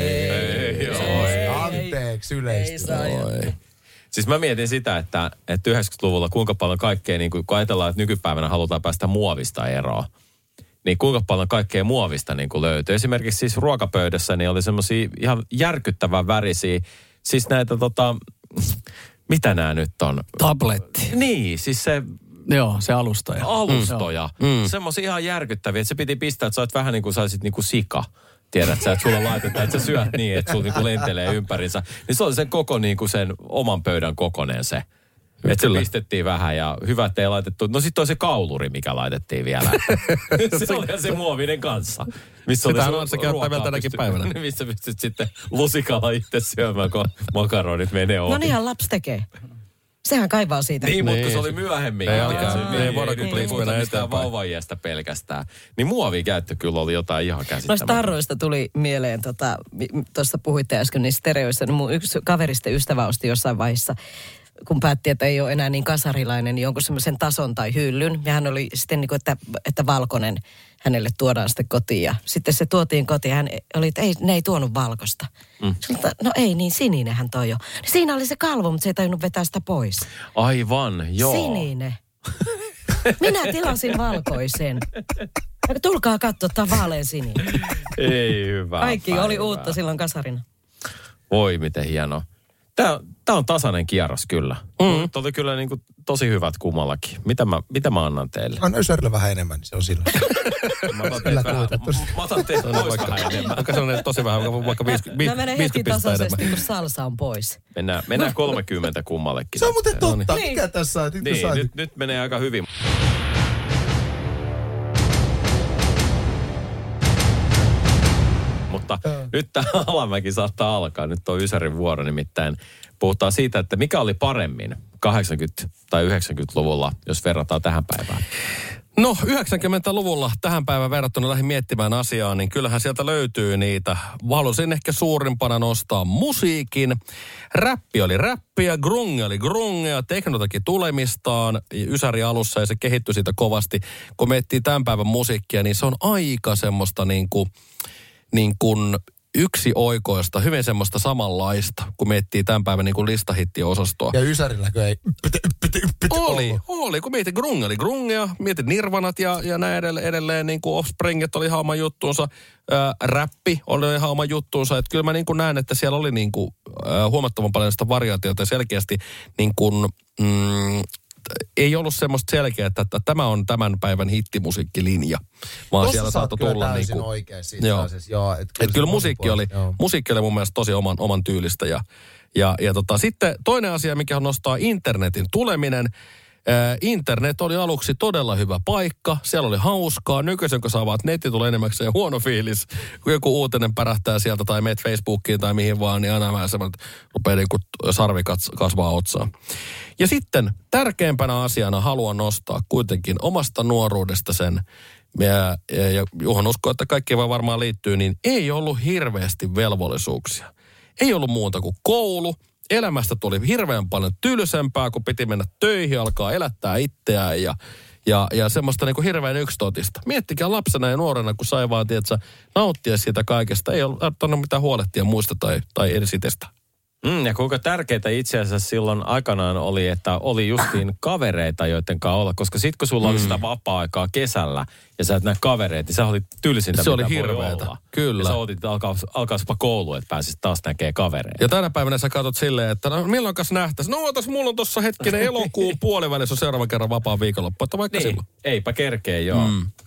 Speaker 9: anteeksi yleistä.
Speaker 5: Siis mä mietin sitä, että 90-luvulla kuinka paljon kaikkea, niin kun ajatellaan, että nykypäivänä halutaan päästä muovista eroon, niin kuinka paljon kaikkea muovista niin kuin löytyy. Esimerkiksi siis ruokapöydässä niin oli semmoisia ihan järkyttävän värisiä, siis näitä mitä nämä nyt on?
Speaker 6: Tabletti.
Speaker 5: Niin, siis se...
Speaker 6: Joo, se alustoja.
Speaker 5: Semmoisia ihan järkyttäviä, että se piti pistää, että sä oot vähän niin kuin saisit niin kuin sika. Tiedät sä, että sulla laitetaan, että sä syöt niin, että sulla niinku lentelee ympärinsä. Niin se oli sen koko niinku sen oman pöydän kokoinen se. Että se pistettiin vähän ja hyvä, että ei laitettu. No sitten oli se kauluri, mikä laitettiin vielä. Se oli se muovinen kanssa.
Speaker 8: Sitähän on se käyttää vielä tänäkin päivänä.
Speaker 5: Missä pystyt sitten lusikalla itse syömään, kun makaronit menee ohi.
Speaker 7: No niinhän lapsi tekee. Sehän kaivaa siitä.
Speaker 5: Niin, mutta se oli myöhemmin.
Speaker 8: Ei voida kyllä mennä eteenpäin.
Speaker 5: Vauvaiästä pelkästään. Niin muovikäyttö kyllä oli jotain ihan käsittämätöntä.
Speaker 7: Noista tarroista tuli mieleen, tuossa puhuitte äsken niistä stereoista. No mun yksi kaverista ystävä osti jossain vaiheessa, kun päätti, että ei ole enää niin kasarilainen, niin jonkun semmoisen tason tai hyllyn. Ja hän oli sitten niin kuin, että valkoinen hänelle tuodaan sitten kotiin. Ja sitten se tuotiin kotiin. Hän oli, että ne ei tuonut valkoista. No ei, niin sininenhän toi jo. Siinä oli se kalvo, mutta se ei tajunnut vetää sitä pois.
Speaker 5: Aivan, joo.
Speaker 7: Sininen. Minä tilasin valkoisen. Tulkaa katsoa, tämä vaalean sininen.
Speaker 5: Ei hyvä.
Speaker 7: Kaikki oli uutta silloin kasarina.
Speaker 5: Voi miten hienoa. Tämä on tasainen kierros kyllä. Oli kyllä niin kuin tosi hyvät kummallakin. Mitä mä annan teille?
Speaker 9: Anna Ysärille vähän enemmän, niin se on silloin.
Speaker 5: Mä otan teille pois vähän enemmän.
Speaker 8: Onko se tosi vähän, vaikka 50
Speaker 7: mä menen heti tasaisesti, kun salsa on pois.
Speaker 5: Mennään 30 kummallekin.
Speaker 9: Se on muuten totta. Mikä tässä on?
Speaker 5: Nyt menee aika hyvin. Mutta nyt tämä alamäki saattaa alkaa. Nyt on Ysärin vuoro, nimittäin puhutaan siitä, että mikä oli paremmin 80- tai 90-luvulla, jos verrataan tähän päivään.
Speaker 8: No 90-luvulla tähän päivään verrattuna lähdin miettimään asiaa, niin kyllähän sieltä löytyy niitä. Halusin ehkä suurimpana nostaa musiikin. Räppi oli räppiä, grunge oli grungea, tekno teki tulemistaan Ysäri alussa ja se kehittyi siitä kovasti. Kun miettii tämän päivän musiikkia, niin se on aika semmoista niin kuin yksioikoista, hyvin semmoista samanlaista, kun miettii tämän päivän niin kuin listahittiosastoa.
Speaker 9: Ja Ysärilläkö ei
Speaker 8: Oli, kun mietin grunge oli grungea, mietin Nirvanat ja näin edelleen niin kuin Offspringet oli ihan oma juttuunsa, räppi oli ihan oma juttuunsa, että kyllä mä niin kuin näen, että siellä oli niin kuin huomattavan paljon sitä variaatiota ja selkeästi niin kuin ei ollut semmoista selkeää, että tämä on tämän päivän hittimusiikkilinja, vaan
Speaker 9: tossa
Speaker 8: siellä saattoi tulla
Speaker 9: niin kuin oikein siitä asiassa. Joo,
Speaker 8: että kyllä musiikki oli mun mielestä tosi oman tyylistä ja sitten toinen asia, mikä nostaa internetin tuleminen. Internet oli aluksi todella hyvä paikka. Siellä oli hauskaa. Nykyisin, kun saavat netti, tulee enemmäkseen huono fiilis. Kun joku uutinen pärähtää sieltä tai meet Facebookiin tai mihin vaan, niin aina vähän semmoinen, että rupeaa niin kuin sarvi kasvaa otsaan. Ja sitten tärkeimpänä asiana haluan nostaa kuitenkin omasta nuoruudesta sen, ja Juhan uskoo, että kaikki vaan varmaan liittyy, niin ei ollut hirveästi velvollisuuksia. Ei ollut muuta kuin koulu. Elämästä tuli hirveän paljon tylsempää, kun piti mennä töihin, alkaa elättää itseään ja semmoista niin kuin hirveän yksitotista. Miettikää lapsena ja nuorena, kun sai vaan, tietsä, nauttia siitä kaikesta. Ei ollut mitään huolehtia muista tai edes itsestä.
Speaker 5: Ja kuinka tärkeää itse asiassa silloin aikanaan oli, että oli justiin kavereita, joiden kanssa olla. Koska sit kun sulla oli sitä vapaa-aikaa kesällä ja sä et näe kavereita, niin sä olit tylsintä,
Speaker 8: se
Speaker 5: mitä
Speaker 8: oli
Speaker 5: voi
Speaker 8: hirveetä.
Speaker 5: olla.
Speaker 8: Kyllä.
Speaker 5: Ja sä otit alkaispa koulu, että pääsit taas näkemään kavereita.
Speaker 8: Ja tänä päivänä sä katsot silleen, että no, milloinkas nähtäisi. No mulla on tossa hetkinen elokuun puolivälissä on seuraavan kerran vapaa viikonloppu. Että vaikka
Speaker 5: niin,
Speaker 8: silloin.
Speaker 5: Eipä kerkeä, joo.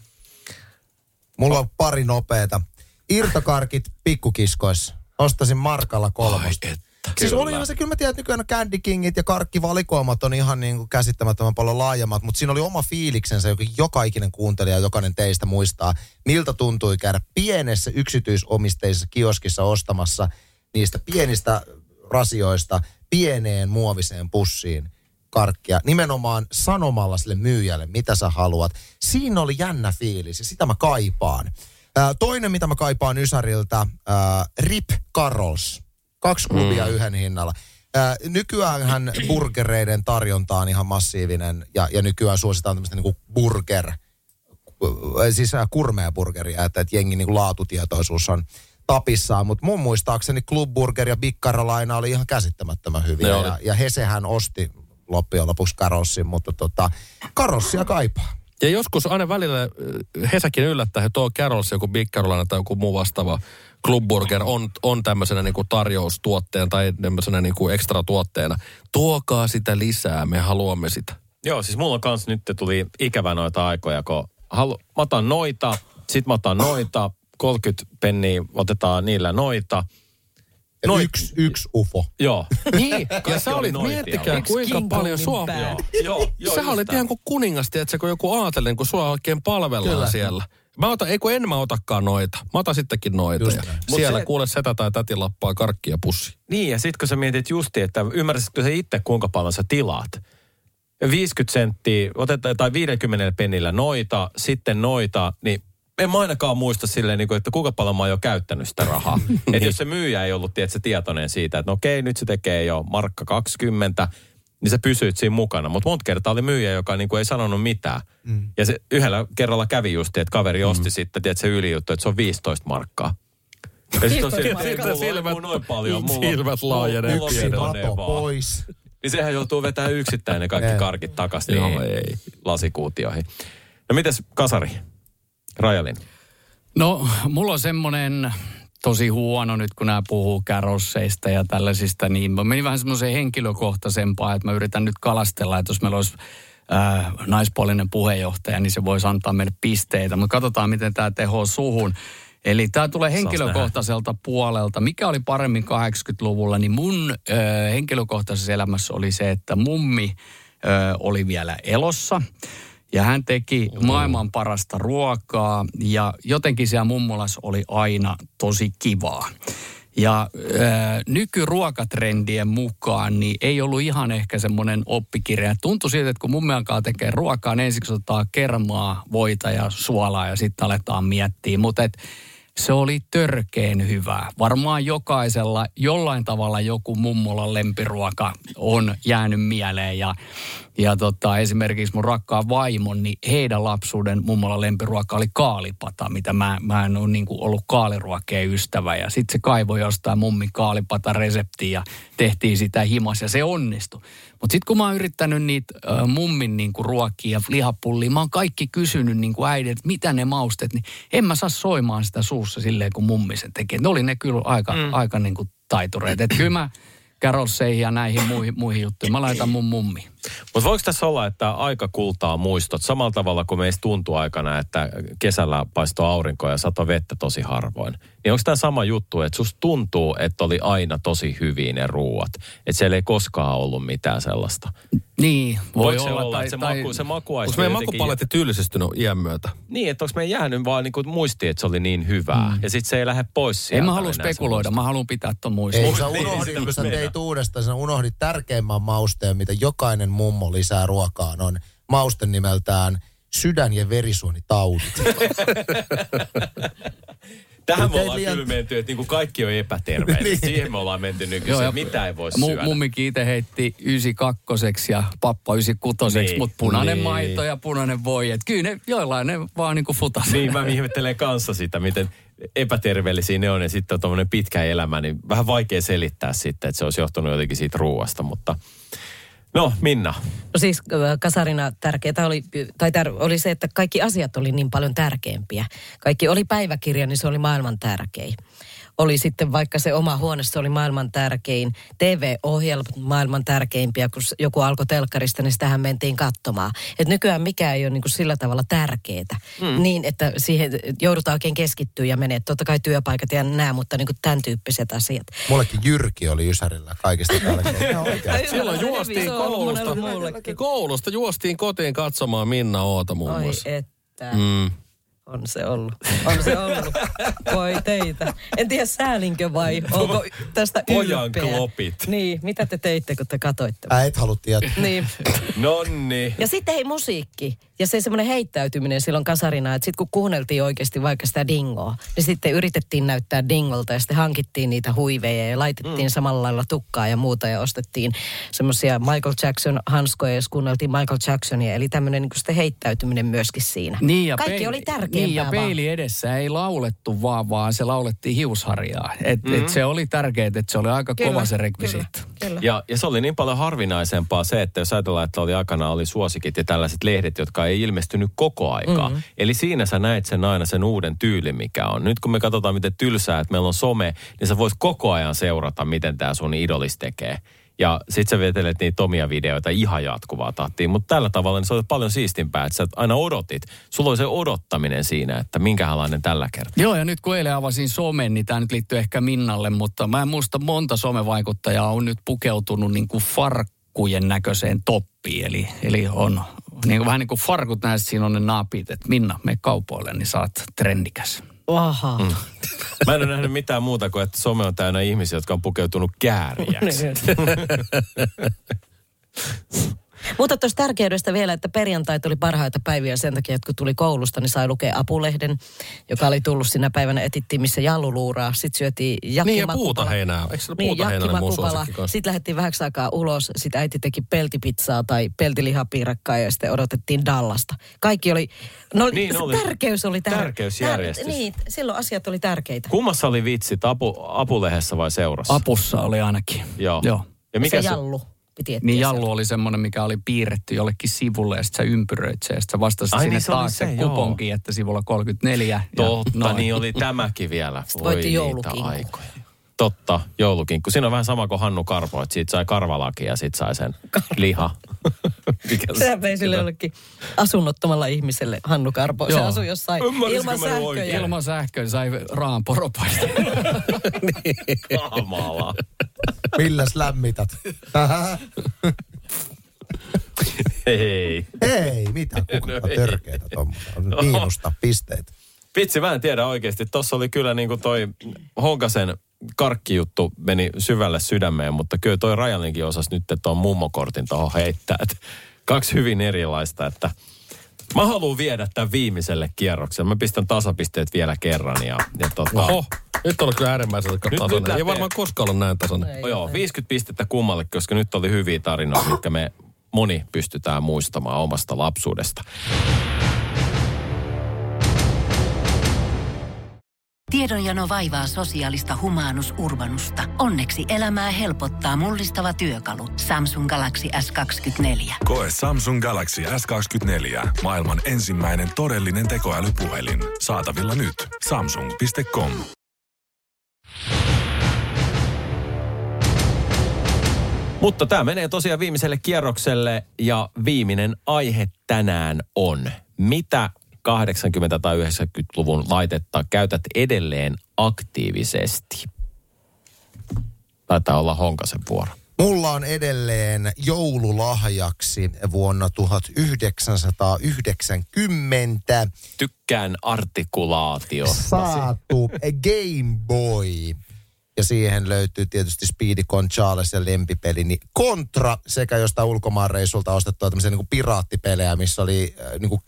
Speaker 9: Mulla on pari nopeeta. Irtokarkit pikkukiskoissa. Ostasin markalla 3. Siis olihan se, kyllä mä tiedän, että nykyään Candy Kingit ja karkkivalikoimat on ihan niin kuin käsittämättömän paljon laajemmat, mutta siinä oli oma fiiliksensä, joka ikinen kuuntelija, jokainen teistä muistaa, miltä tuntui käydä pienessä yksityisomisteisessa kioskissa ostamassa niistä pienistä rasioista pieneen muoviseen pussiin karkkia, nimenomaan sanomalla sille myyjälle, mitä sä haluat. Siinä oli jännä fiilis ja sitä mä kaipaan. Toinen, mitä mä kaipaan Ysäriltä, Rip Carols. 2 klubia yhden hinnalla. Nykyäänhän burgereiden tarjonta on ihan massiivinen ja nykyään suositaan tämmöistä niinku siis gourmet-burgeria, että jengi niinku laatutietoisuus on tapissaan. Mutta mun muistaakseni Club Burger ja Big Carolina oli ihan käsittämättömän hyviä. Ja Hesehän osti loppujen lopuksi Carolsin, mutta Carolsia kaipaa.
Speaker 8: Ja joskus aina välillä Hesäkin yllättää, että tuo Carols, joku Big Carolina tai joku muu vastaava Club Burger on tämmöisenä niin kuin tarjoustuotteena tai tämmöisenä niin kuin ekstra tuotteena. Tuokaa sitä lisää, me haluamme sitä.
Speaker 5: Joo, siis mulla kans nyt tuli ikävä noita aikoja, kun mä otan noita, sit mä otan noita, 30 penniä otetaan niillä noita.
Speaker 9: Yksi UFO.
Speaker 5: Joo.
Speaker 8: Niin, ja sä olit, miettikää kuinka paljon sua.
Speaker 5: Joo,
Speaker 8: sä olit ihan kuin kuningas, tiedätkö, kun joku aatelinen, kun sua oikein palvellaan siellä. En mä otakaan noita. Mä otan sittenkin noita. Siellä kuule setä tai täti lappaa karkkia pussi.
Speaker 5: Niin, ja sit kun sä mietit justi, että ymmärsitkö sä itse kuinka paljon sä tilaat? 50 senttiä, otetaan, tai 50 pennillä noita, sitten noita, niin en mä ainakaan muista silleen, että kuinka paljon mä oon jo käyttänyt sitä rahaa. Että jos se myyjä ei ollut tietoinen siitä, että no okei, nyt se tekee jo markka 20, niin sä pysyit siinä mukana. Mutta monta kertaa oli myyjä, joka ei sanonut mitään. Ja se yhdellä kerralla kävi just, että kaveri osti sitten, se ylijuttu, että se on 15 markkaa. Ja sitten on silmät noin paljon.
Speaker 8: Silmät laajenee.
Speaker 9: Yksi vapo pois.
Speaker 5: Niin sehän joutuu vetämään yksittäin kaikki karkit takaisin lasikuutioihin. No mites kasari? Rajalin.
Speaker 6: No, mulla on semmoinen tosi huono nyt, kun nämä puhuu kärosseista ja tällaisista, niin mä menin vähän semmoiseen henkilökohtaisempaan, että mä yritän nyt kalastella, että jos meillä olisi naispuolinen puheenjohtaja, niin se voisi antaa meille pisteitä. Mutta katsotaan, miten tämä tehoo suhun. Eli tämä tulee henkilökohtaiselta puolelta. Mikä oli paremmin 80-luvulla, niin mun henkilökohtaisessa elämässä oli se, että mummi oli vielä elossa. Ja hän teki maailman parasta ruokaa ja jotenkin siellä mummolassa oli aina tosi kivaa. Ja nykyruokatrendien mukaan niin ei ollut ihan ehkä semmoinen oppikirja. Tuntui siltä, että kun mummi alkaa tekemään ruokaa, niin ensiksi otetaan kermaa, voita ja suolaa ja sitten aletaan miettiä. Mutta se oli törkeen hyvää. Varmaan jokaisella jollain tavalla joku mummolan lempiruoka on jäänyt mieleen. Ja esimerkiksi mun rakkaan vaimon, niin heidän lapsuuden mummolan lempiruoka oli kaalipata, mitä mä en ole niin kuin ollut kaaliruokeen ystävä. Ja sitten se kaivoi jostain mummin kaalipata reseptiä ja tehtiin sitä himas ja se onnistui. Mutta sitten kun mä oon yrittänyt niitä mummin niinku ruokia ja lihapullia, mä oon kaikki kysynyt niinku äidiltä, että mitä ne mausteet, niin en mä saa soimaan sitä suussa silleen, kun mummi sen tekee. Ne oli ne kyllä aika niinku taitureita. Että kyllä mä Carolseihin ja näihin muihin juttuihin, mä laitan mun mummi.
Speaker 5: Mutta voiko tässä olla, että aika kultaa muistot samalla tavalla kuin meistä tuntuu aikana, että kesällä paistoi aurinko ja satoi vettä tosi harvoin? Niin onko tämä sama juttu, että susta tuntuu, että oli aina tosi hyviä ne ruuat? Että siellä ei koskaan ollut mitään sellaista?
Speaker 6: Niin, voi
Speaker 5: olla. Se makuaisti.
Speaker 8: Onko meidän makupaletti tylsistynyt iän myötä?
Speaker 5: Niin, että onko meidän jäänyt vaan niin muistiin, että se oli niin hyvää. Ja sitten se ei lähde pois sieltä.
Speaker 6: En mä halua spekuloida, mä haluan pitää ton muistin.
Speaker 9: Ei, sä unohdit, kun sä teit uudestaan, sä unohdit tärkeimmän mausteen, mitä jokainen mummo lisää ruokaan, on mausten nimeltään sydän- ja verisuonitaudit.
Speaker 5: Tähän me ollaan kyllä menty, että niinku kaikki on epäterveellistä. Niin. Siihen me ollaan menty nykyisin, mitä ei voi syödä.
Speaker 6: Mummikin itse heitti 92 ja pappa 96, niin. Mutta punainen maito ja punainen voi. Että kyllä ne joillain ne vaan niinku futas.
Speaker 5: Niin, mä ihmettelen kanssa sitä, miten epäterveellisiä ne on. Ja sitten on tommoinen pitkä elämä, niin vähän vaikea selittää sitten, että se olisi johtunut jotenkin siitä ruuasta, mutta... No, Minna.
Speaker 7: No siis kasarina tärkeää oli se, että kaikki asiat oli niin paljon tärkeämpiä. Kaikki oli päiväkirja, niin se oli maailman tärkein. Oli sitten vaikka se oma huone, se oli maailman tärkein. TV-ohjelmat maailman tärkeimpiä, kun joku alkoi telkkarista, niin sitähän mentiin katsomaan. Et nykyään mikään ei ole niin kuin sillä tavalla tärkeää. Niin, että siihen joudutaan oikein keskittyä ja menee. Totta kai työpaikat ja nämä, mutta niin kuin tämän tyyppiset asiat.
Speaker 9: Mullekin Jyrki oli Ysärillä kaikista tärkeää.
Speaker 8: Silloin juostiin koulusta juostiin kotiin katsomaan Minna Oota muun muassa.
Speaker 7: Oi että... On se ollut. Voi teitä. En tiedä säälinkö vai onko tästä ylpeä.
Speaker 5: Pojan klopit.
Speaker 7: Niin, mitä te teitte, kun te katoitte?
Speaker 9: Et halua tietää.
Speaker 7: Niin.
Speaker 5: Nonni.
Speaker 7: Ja sitten hei musiikki. Ja se semmoinen heittäytyminen silloin kasarina, että sitten kun kuunneltiin oikeasti vaikka sitä dingoa, niin sitten yritettiin näyttää dingolta ja sitten hankittiin niitä huiveja ja laitettiin samalla lailla tukkaa ja muuta ja ostettiin semmoisia Michael Jackson hanskoja ja kuunneltiin Michael Jacksonia. Eli tämmöinen niin kuin sitten heittäytyminen myöskin siinä.
Speaker 6: Niin ja
Speaker 7: kaikki oli tärkeämpää.
Speaker 6: Niin ja peili edessä ei laulettu vaan se laulettiin hiusharjaa. Et se oli tärkeää, että se oli aika kova se rekvisiitti.
Speaker 5: Ja se oli niin paljon harvinaisempaa se, että jos ajatellaan, että oli suosikit ja tällaiset lehdet, jotka ei ilmestynyt koko aikaa. Eli siinä sä näet aina sen uuden tyylin, mikä on. Nyt kun me katsotaan, miten tylsää, että meillä on some, niin sä voit koko ajan seurata, miten tää sun idolis tekee. Ja sit sä vetelet niitä omia videoita ihan jatkuvaa tahtiin. Mutta tällä tavalla niin se on paljon siistimpää, että sä aina odotit. Sulla oli se odottaminen siinä, että minkälainen tällä kertaa.
Speaker 6: Joo, ja nyt kun eilen avasin somen, niin tää nyt liittyy ehkä Minnalle, mutta mä en muista monta somevaikuttajaa on nyt pukeutunut niin kuin farkkujen näköiseen toppiin. Eli on Vähän niin kuin farkut näissä, siinä on ne napit, että Minna, mene kaupoille, niin saat trendikäs.
Speaker 7: Aha.
Speaker 5: Mä en ole nähnyt mitään muuta kuin, että some on täynnä ihmisiä, jotka on pukeutunut kääriäksi.
Speaker 7: Mutta tuosta tärkeydestä vielä, että perjantait oli parhaita päiviä sen takia, että kun tuli koulusta, niin sai lukea Apulehden, joka oli tullut sinä päivänä, etittiin missä jallu luuraa. Sitten syötiin jakkimakupala.
Speaker 8: Niin ja puutaheinää. Eikö se puutaheinä mun suosikki kanssa?
Speaker 7: Sitten lähdettiin vähäksi aikaa ulos. Sitten äiti teki peltipizzaa tai peltilihapiirakkaa ja sitten odotettiin Dallasta. Kaikki oli, tärkeys oli
Speaker 5: tärkeysjärjestys.
Speaker 7: Niin, silloin asiat oli tärkeitä.
Speaker 5: Kummassa oli vitsit, Apulehdessä vai Seurassa?
Speaker 6: Apussa oli ainakin.
Speaker 5: Joo.
Speaker 6: Ja
Speaker 7: mikä se jallu?
Speaker 6: Niin jallu oli semmoinen, mikä oli piirretty jollekin sivulle ja sitten sä ympyröit se ja sitten sä vastasit sinne taakse kuponkin, että sivulla 34.
Speaker 5: Totta, niin oli tämäkin vielä.
Speaker 7: Sitten voitti joulukinkku.
Speaker 5: Totta, joulukinkku. Siinä on vähän sama kuin Hannu Karpo, että siitä sai karvalaki ja sitten sai sen liha.
Speaker 7: Sehän vei sille jollekin asunnottomalla ihmiselle Hannu Karpo. Se asui jossain ilman sähköjä.
Speaker 6: Ilman sähköjä sai raan poropaista.
Speaker 5: Niin. Kamalaa.
Speaker 9: Milläs lämmität?
Speaker 5: Hei.
Speaker 9: Ei, mitä? Kuka törkeetä tuommoista? Miinusta pisteitä.
Speaker 5: Vitsi, mä en tiedä oikeasti. Tossa oli kyllä niin kuin toi Honkasen karkkijuttu meni syvälle sydämeen, mutta kyllä toi Rajalinkin osasi nyt tuon mummokortin tuohon heittää. Et 2 hyvin erilaista, että mä haluan viedä tämän viimeiselle kierrokselle. Mä pistän tasapisteet vielä kerran
Speaker 8: Oho, nyt on kyllä äärimmäisen tasainen. Ei varmaan koskaan ollut näin tasainen.
Speaker 5: Joo, 50 pistettä kummalle, koska nyt oli hyviä tarinoita, mitkä me moni pystytään muistamaan omasta lapsuudesta.
Speaker 1: Tiedonjano vaivaa sosiaalista humanus urbanusta. Onneksi elämää helpottaa mullistava työkalu. Samsung Galaxy S24.
Speaker 2: Koe Samsung Galaxy S24. Maailman ensimmäinen todellinen tekoälypuhelin. Saatavilla nyt. Samsung.com.
Speaker 5: Mutta tämä menee tosiaan viimeiselle kierrokselle ja viimeinen aihe tänään on, mitä 80- tai 90-luvun laitetta käytät edelleen aktiivisesti? Taitaa olla Honkasen vuoro.
Speaker 9: Mulla on edelleen joululahjaksi vuonna 1990
Speaker 5: Tykkään artikulaatiosta.
Speaker 9: saatu Game Boy. Ja siihen löytyy tietysti Speedy Gonzales ja lempipeli, niin Contra sekä jostain ulkomaanreissulta ostettua tämmöisiä niin kuin piraattipelejä, missä oli niin kuin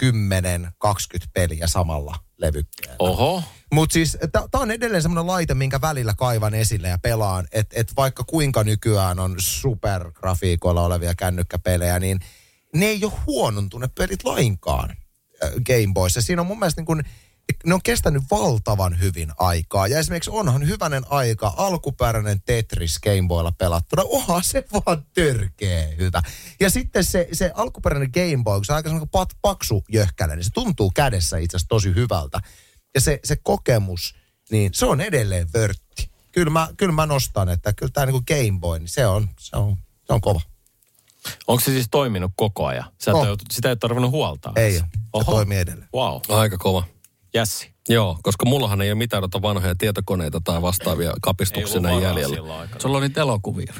Speaker 9: 10-20 peliä samalla levykkeellä.
Speaker 5: Oho.
Speaker 9: Mutta siis tämä on edelleen semmoinen laite, minkä välillä kaivan esille ja pelaan, että vaikka kuinka nykyään on supergrafiikoilla olevia kännykkäpelejä, niin ne ei ole huonontuneet pelit lainkaan Game Boyssa. Siinä on mun mielestä niin kuin ne on kestänyt valtavan hyvin aikaa. Ja esimerkiksi onhan hyvänen aika alkuperäinen Tetris Game Boylla pelattuna. Onhan se vaan törkeä hyvä. Ja sitten se alkuperäinen Game Boy, kun se on aika semmoinen paksu jöhkäinen, niin se tuntuu kädessä itse asiassa tosi hyvältä. Ja se kokemus, niin se on edelleen vörtti. Kyllä mä nostan, että kyllä tämä niin kuin Game Boy, niin se on kova.
Speaker 5: Onko se siis toiminut koko ajan? Sitä ei tarvinnut huoltaa?
Speaker 9: Ei ole. Se toimii edelleen.
Speaker 5: Wow.
Speaker 8: Aika kova.
Speaker 5: Jässi.
Speaker 8: Joo, koska mullahan ei ole mitään noita vanhoja tietokoneita tai vastaavia kapistuksia jäljellä.
Speaker 6: Sulla on niitä elokuvia.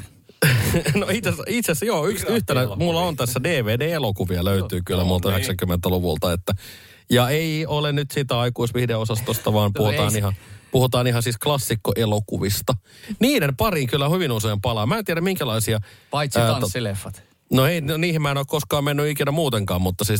Speaker 8: No itse asiassa joo, yhtenä mulla on tässä DVD-elokuvia löytyy kyllä multa 90-luvulta, että ja ei ole nyt sitä aikuisviihdeosastosta, vaan puhutaan ihan siis klassikkoelokuvista. Niiden pariin kyllä hyvin usein palaa. Mä en tiedä minkälaisia.
Speaker 6: Paitsi tanssileffat.
Speaker 8: No ei, niihin mä en ole koskaan mennyt ikinä muutenkaan, mutta siis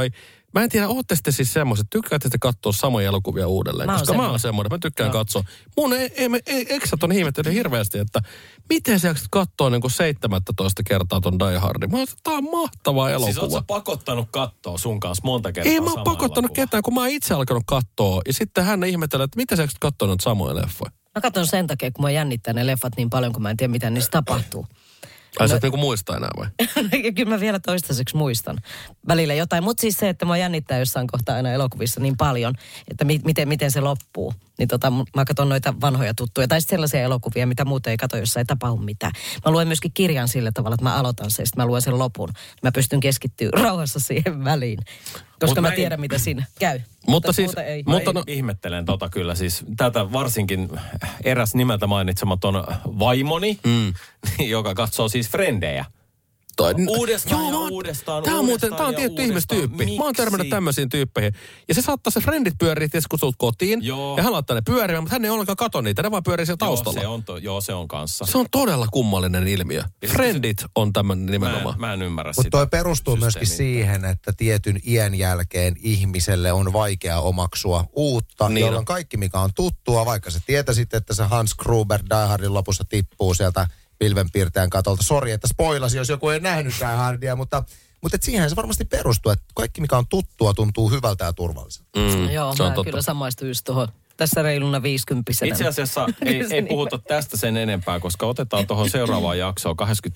Speaker 8: mä en tiedä, ootte sitten siis semmoiset, tykkäätte sitten katsoa samoja elokuvia uudelleen? Koska mä oon semmoinen, mä tykkään katsoa. Mun eksät on ihmettänyt hirveästi, että miten sä jaksat katsoa niin kuin 17 kertaa ton Die Hardin? Mä oon, tää on mahtava elokuva.
Speaker 5: Siis oot sä pakottanut katsoa sun kanssa monta kertaa
Speaker 8: ei mä oon pakottanut ketään, kun mä oon itse alkanut katsoa. Ja sitten hän ihmettelee, että miten sä jaksat katsoa noita samoja leffoja?
Speaker 7: Mä katson sen takia, kun mä jännittää ne leffat niin paljon, kun mä en tiedä, mitä niissä tapahtuu.
Speaker 8: Ai sä et niinku muista enää vai?
Speaker 7: Kyllä mä vielä toistaiseksi muistan välillä jotain. Mutta siis se, että mua jännittää jossain kohtaa aina elokuvissa niin paljon, että miten se loppuu. Niin mä katson noita vanhoja tuttuja. Tai sellaisia elokuvia, mitä muuten ei katso, jossa ei tapahdu mitään. Mä luen myöskin kirjan sillä tavalla, että mä aloitan sen, sitten mä luen sen lopun. Mä pystyn keskittymään rauhassa siihen väliin. Koska mä tiedän, mitä siinä käy.
Speaker 5: Mutta ihmettelen kyllä. Siis tätä varsinkin eräs nimeltä mainitsematon vaimoni, joka katsoo siis Frendejä. Uudestaan.
Speaker 8: Tämä on tietty ihmistyyppi. Mä oon törmännyt tämmöisiin tyyppeihin. Ja se saattaa se friendit pyörii, kun sut kotiin. Joo. Ja hän laittaa ne pyörimään, mutta hän ei ollenkaan kato niitä. Ne vaan pyörii siellä taustalla.
Speaker 5: Se on kanssa.
Speaker 8: Se on todella kummallinen ilmiö. Friendit on tämmöinen nimenomaan.
Speaker 5: Mä en ymmärrä sitä.
Speaker 9: Mutta toi perustuu myöskin siihen, että tietyn iän jälkeen ihmiselle on vaikea omaksua uutta, niin jolloin kaikki mikä on tuttua, vaikka sä tietäisit, että se Hans Gruber Die Hardin lopussa tippuu sieltä pilvenpiirtäjän katolta. Sori, että spoilasi, jos joku ei nähnyt Die Hardia, mutta siihen se varmasti perustuu, että kaikki mikä on tuttua tuntuu hyvältä ja turvalliselta.
Speaker 7: Joo, mä kyllä samaistuin just tuohon tässä reiluna 50-vuotiaana.
Speaker 5: Itse asiassa ei puhuta tästä sen enempää, koska otetaan tuohon seuraavaan jaksoon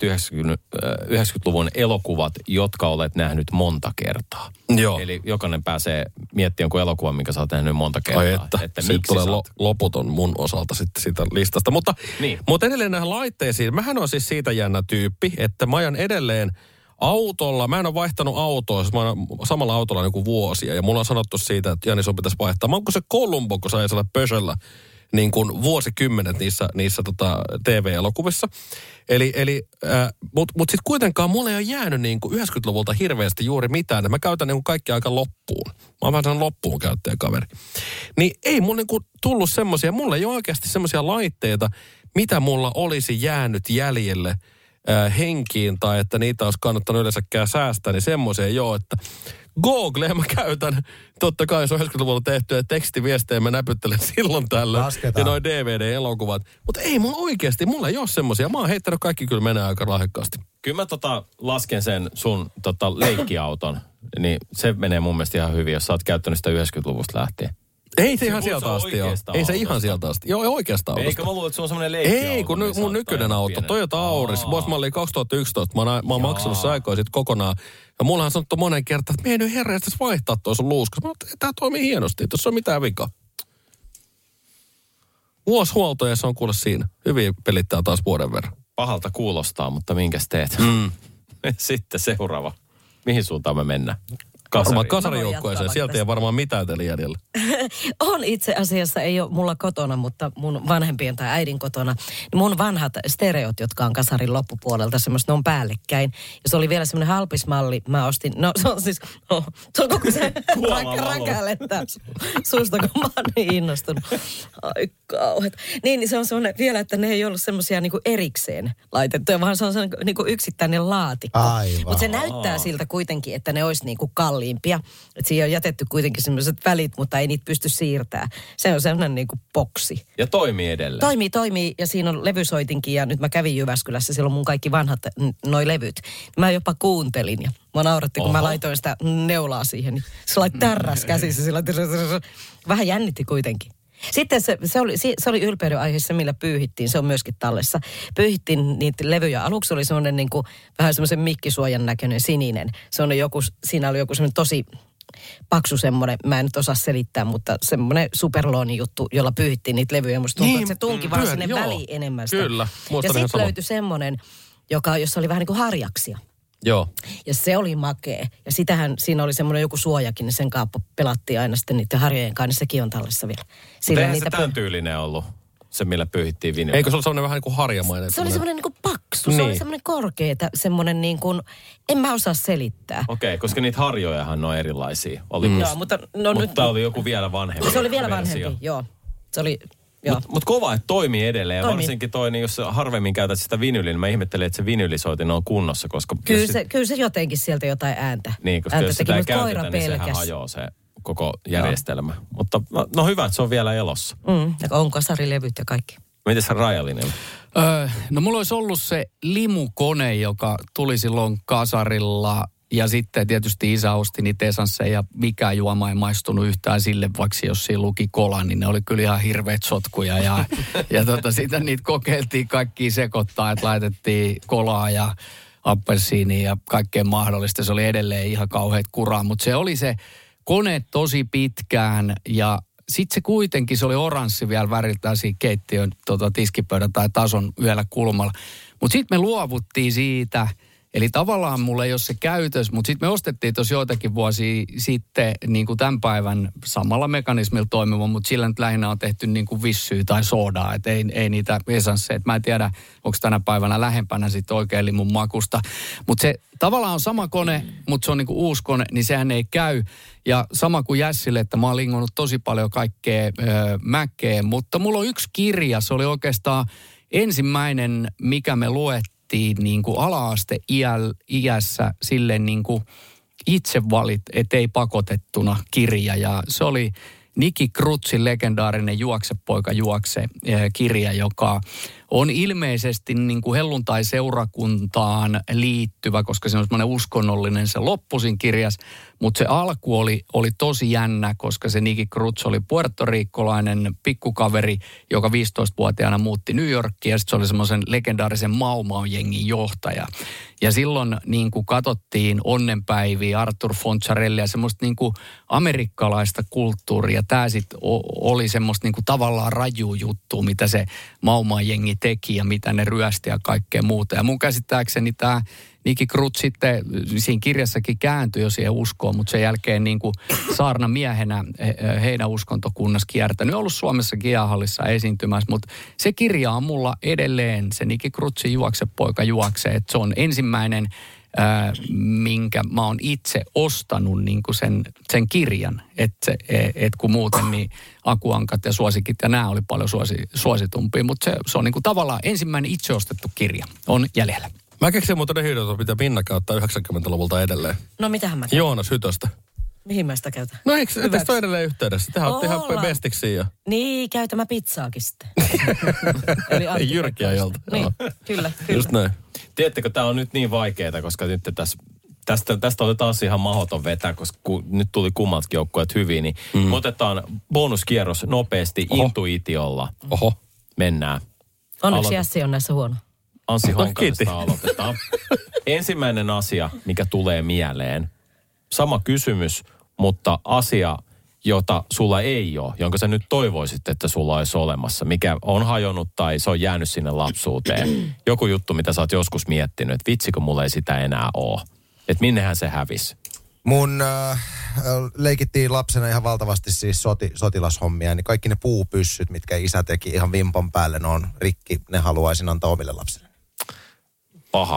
Speaker 5: 80-90-luvun elokuvat, jotka olet nähnyt monta kertaa.
Speaker 8: Joo.
Speaker 5: Eli jokainen pääsee miettimään jonkun elokuvan, minkä sä oot nähnyt monta kertaa.
Speaker 8: Että siitä tulee loputon mun osalta sitten siitä listasta. Mutta edelleen näihin laitteisiin, mähän on siis siitä jännä tyyppi, että mä ajan edelleen autolla. Mä en ole vaihtanut autoa, siis mä oon samalla autolla niin kuin vuosia. Ja mulla on sanottu siitä, että Jani, sun pitäisi vaihtaa. Mä oonko se Columbo, kun sä ajat siellä Pösöllä niin kuin vuosikymmenet niissä TV-elokuvissa. Mutta sitten kuitenkaan mulla ei ole jäänyt niin kuin 90-luvulta hirveästi juuri mitään. Mä käytän niin kuin kaikki aika loppuun. Mä oon vähän sellainen loppuun käyttäjäkaveri. Niin ei mulla niin kuin tullut semmoisia, mulla ei ole oikeasti semmoisia laitteita, mitä mulla olisi jäänyt jäljelle henkiin tai että niitä olisi kannattanut yleensäkään säästää, niin semmoiseen joo, että Googlea mä käytän. Totta kai se on 90-luvulla tehtyä tekstiviestejä mä näpyttelen silloin tällöin.
Speaker 9: Lasketaan.
Speaker 8: Ja noi DVD-elokuvat. Mutta ei mulla oikeasti, mulla ei ole semmoisia. Mä oon heittänyt kaikki kyllä menee aika lahjakkaasti.
Speaker 5: Kyllä mä lasken sen sun leikkiauton, niin se menee mun mielestä ihan hyvin, jos sä oot käyttänyt sitä 90-luvusta lähtien.
Speaker 8: Ei se ihan sieltä asti ole. Ei se ihan sieltä asti. Joo, oikeasta autosta.
Speaker 5: Eikö mä luulen, että se on semmoinen leikkiauto?
Speaker 8: Ei, kun mun nykyinen auto, Toyota Auris, vuosimalli 2011. Mä oon maksanut se aikaa sitten kokonaan. Ja mullahan on sanottu monen kertaan, että meidän herra jästäisi vaihtaa toi sun luuskas. Mä oon, tää toimii hienosti, tuossa on mitään vikaa. Vuosi huolto ja se on kuule siinä. Hyvin pelittää taas vuoden verran.
Speaker 5: Pahalta kuulostaa, mutta minkäs teet? Sitten seuraava. Mihin suuntaan me mennään?
Speaker 8: Varmaan kasarijoukkueeseen. Sieltä ei varmaan mitään teille jäljellä.
Speaker 7: On itse asiassa, ei ole mulla kotona, mutta mun vanhempien tai äidin kotona. Mun vanhat stereot, jotka on kasarin loppupuolelta, semmoista, ne on päällekkäin. Ja se oli vielä semmoinen halpismalli. Mä ostin, se on siis, se on koko se räkälentää suusta, kun mä oon niin innostunut. Ai kauheat. Niin se on semmoinen vielä, että ne ei ollut semmoisia niinku erikseen laitettuja, vaan se on semmoinen niinku yksittäinen laatikko. Mutta se näyttää siltä kuitenkin, että ne olisi niinku kalliimpia. Että siihen on jätetty kuitenkin semmoiset välit, mutta ei niitä pysty siirtämään. Se on semmoinen niinku boksi.
Speaker 5: Ja toimii edelleen.
Speaker 7: Toimii. Ja siinä on levysoitinkin. Ja nyt mä kävin Jyväskylässä. Siellä on mun kaikki vanhat noi levyt. Mä jopa kuuntelin. Ja mä nauratti, kun mä laitoin sitä neulaa siihen. Niin se oli tärräs käsissä. Vähän jännitti kuitenkin. Sitten se oli ylpeyden aihe se, millä pyyhittiin. Se on myöskin tallessa. Pyyhittiin niitä levyjä. Aluksi oli semmoinen niin kuin, vähän semmoisen mikkisuojan näköinen sininen. Siinä oli joku semmoinen tosi paksu semmoinen, mä en nyt osaa selittää, mutta semmoinen superlooni juttu, jolla pyyhittiin niitä levyjä. Musta tuntuu, että se tunki vaan sinne väliin enemmän sitä.
Speaker 8: Kyllä.
Speaker 7: Ja sitten löytyi semmoinen, jossa oli vähän niin kuin harjaksia.
Speaker 8: Joo.
Speaker 7: Ja se oli makea. Ja siinä oli semmoinen joku suojakin, niin sen kaappa pelattiin aina sitten niiden harjojen kanssa, niin sekin on tallessa vielä.
Speaker 5: Eihän se tämän tyylinen ollut, se millä pyyhittiin vinyllä.
Speaker 8: Eikö se ole semmoinen vähän niin kuin harjamainen?
Speaker 7: Se oli semmoinen niin kuin paksu, se oli semmoinen korkeeta, semmoinen niin kuin, en mä osaa selittää.
Speaker 5: Okei, koska niitä harjojahan on erilaisia.
Speaker 7: Joo, mutta
Speaker 5: tämä oli joku vielä vanhempi.
Speaker 7: Se oli vielä vanhempi, joo. Se oli...
Speaker 5: Mutta kova, että toimii edelleen. Ja varsinkin niin jos harvemmin käytät sitä vinyliä, niin mä ihmettelin, että se vinylisoitin on kunnossa. Koska
Speaker 7: kyllä se jotenkin sieltä jotain ääntä.
Speaker 5: Niin, koska jos sitä ei käytetä, niin sehän hajoaa se koko järjestelmä. Joo. Mutta no hyvä, että se on vielä elossa.
Speaker 7: Ja on kasarilevyt ja kaikki.
Speaker 5: Mites sä Rajalinen?
Speaker 6: No mulla olisi ollut se limukone, joka tuli silloin kasarilla. Ja sitten tietysti isä osti niitä esansseja ja mikään juoma ei maistunut yhtään sille, vaikka jos siinä luki kola, niin ne oli kyllä ihan hirveät sotkuja. Ja sitä niitä kokeiltiin kaikkia sekoittaa, että laitettiin kolaa ja appelsiinia ja kaikkea mahdollista. Se oli edelleen ihan kauheat kuraa, mutta se oli se kone tosi pitkään ja sitten se kuitenkin, se oli oranssi vielä väriltään siinä keittiön tiskipöydän tai tason yhdellä kulmalla. Mutta sitten me luovuttiin siitä. Eli tavallaan mulla ei ole se käytös, mutta sitten me ostettiin tuossa joitakin vuosia sitten niin kuin tämän päivän samalla mekanismilla toimiva, mutta sillä nyt lähinnä on tehty niin kuin vissyä tai soodaa, että ei niitä esansseja. Mä en tiedä, onko tänä päivänä lähempänä sitten oikein limun makusta. Mutta se tavallaan on sama kone, mutta se on niin kuin uusi kone, niin sehän ei käy. Ja sama kuin Jässille, että mä oon lingonut tosi paljon kaikkea mäkeä, mutta mulla on yksi kirja, se oli oikeastaan ensimmäinen, mikä me luettiin niin kuin ala-aste-iässä silleen niin kuin itse valit, ettei pakotettuna kirja. Ja se oli Niki Krutzin legendaarinen Juokse poika juokse -kirja, joka on ilmeisesti niin kuin helluntai-seurakuntaan liittyvä, koska se on semmoinen uskonnollinen se loppusin kirjas. Mutta se alku oli tosi jännä, koska se Niki Krutz oli puertoriikkolainen pikkukaveri, joka 15-vuotiaana muutti New Yorkiin ja sitten se oli semmoisen legendaarisen Mau-Mau-jengin johtaja. Ja silloin niin kuin katsottiin onnenpäiviä, Arthur Fonzarellia, semmoista niin kuin amerikkalaista kulttuuria. Tämä sitten oli semmoista niin kuin tavallaan raju juttu, mitä se Mau-Mau-jengi teki ja mitä ne ryösti ja kaikkea muuta. Ja mun käsittääkseni tämä Niki Krutz sitten siinä kirjassakin kääntyi jo siihen uskoon, mutta sen jälkeen niin kuin saarnamiehenä heidän uskontokunnassa kiertänyt. Ollut Suomessakin jäähallissa esiintymässä, mutta se kirja on mulla edelleen, se Niki Krutzin Juokse poika juokse, että se on ensimmäinen, minkä mä oon itse ostanut niin kuin sen kirjan, että kun muuten niin Akuankat ja Suosikit ja nämä oli paljon suositumpia, mutta se on niin kuin tavallaan ensimmäinen itse ostettu kirja on jäljellä.
Speaker 8: Mä keksin muuten ne hyödyt, mitä Minna käyttää 90-luvulta edelleen.
Speaker 7: No mitähän mä käytän?
Speaker 8: Joonas Hytöstä.
Speaker 7: Mihin mä sitä käytän?
Speaker 8: No eikö tästä ole edelleen yhteydessä? Tehän olette ihan bestiksi ja...
Speaker 7: Niin, käytän mä pizzaakin sitten. Eli
Speaker 8: Jyrkiä jolta.
Speaker 7: Niin, kyllä.
Speaker 8: Just näin.
Speaker 5: Tiedättekö, tämä on nyt niin vaikeaa, koska nyt tästä otetaan taas ihan mahdoton vetää, koska nyt tuli kummatkin joukkueet hyvin, niin me otetaan bonuskierros nopeasti intuitiolla.
Speaker 8: Oho.
Speaker 5: Mennään.
Speaker 7: Onneksi Jässi on näissä huono.
Speaker 5: Anssi Honkaisesta aloitetaan. Ensimmäinen asia, mikä tulee mieleen. Sama kysymys, mutta asia, jota sulla ei ole, jonka sä nyt toivoisit, että sulla olisi olemassa. Mikä on hajonnut tai se on jäänyt sinne lapsuuteen. Joku juttu, mitä sä oot joskus miettinyt, että vitsikö mulla ei sitä enää ole. Että minnehän se hävisi.
Speaker 9: Mun leikittiin lapsena ihan valtavasti siis sotilashommia, niin kaikki ne puupyssyt, mitkä isä teki ihan vimpan päälle, ne on rikki. Ne haluaisin antaa omille lapsille.
Speaker 5: Paha.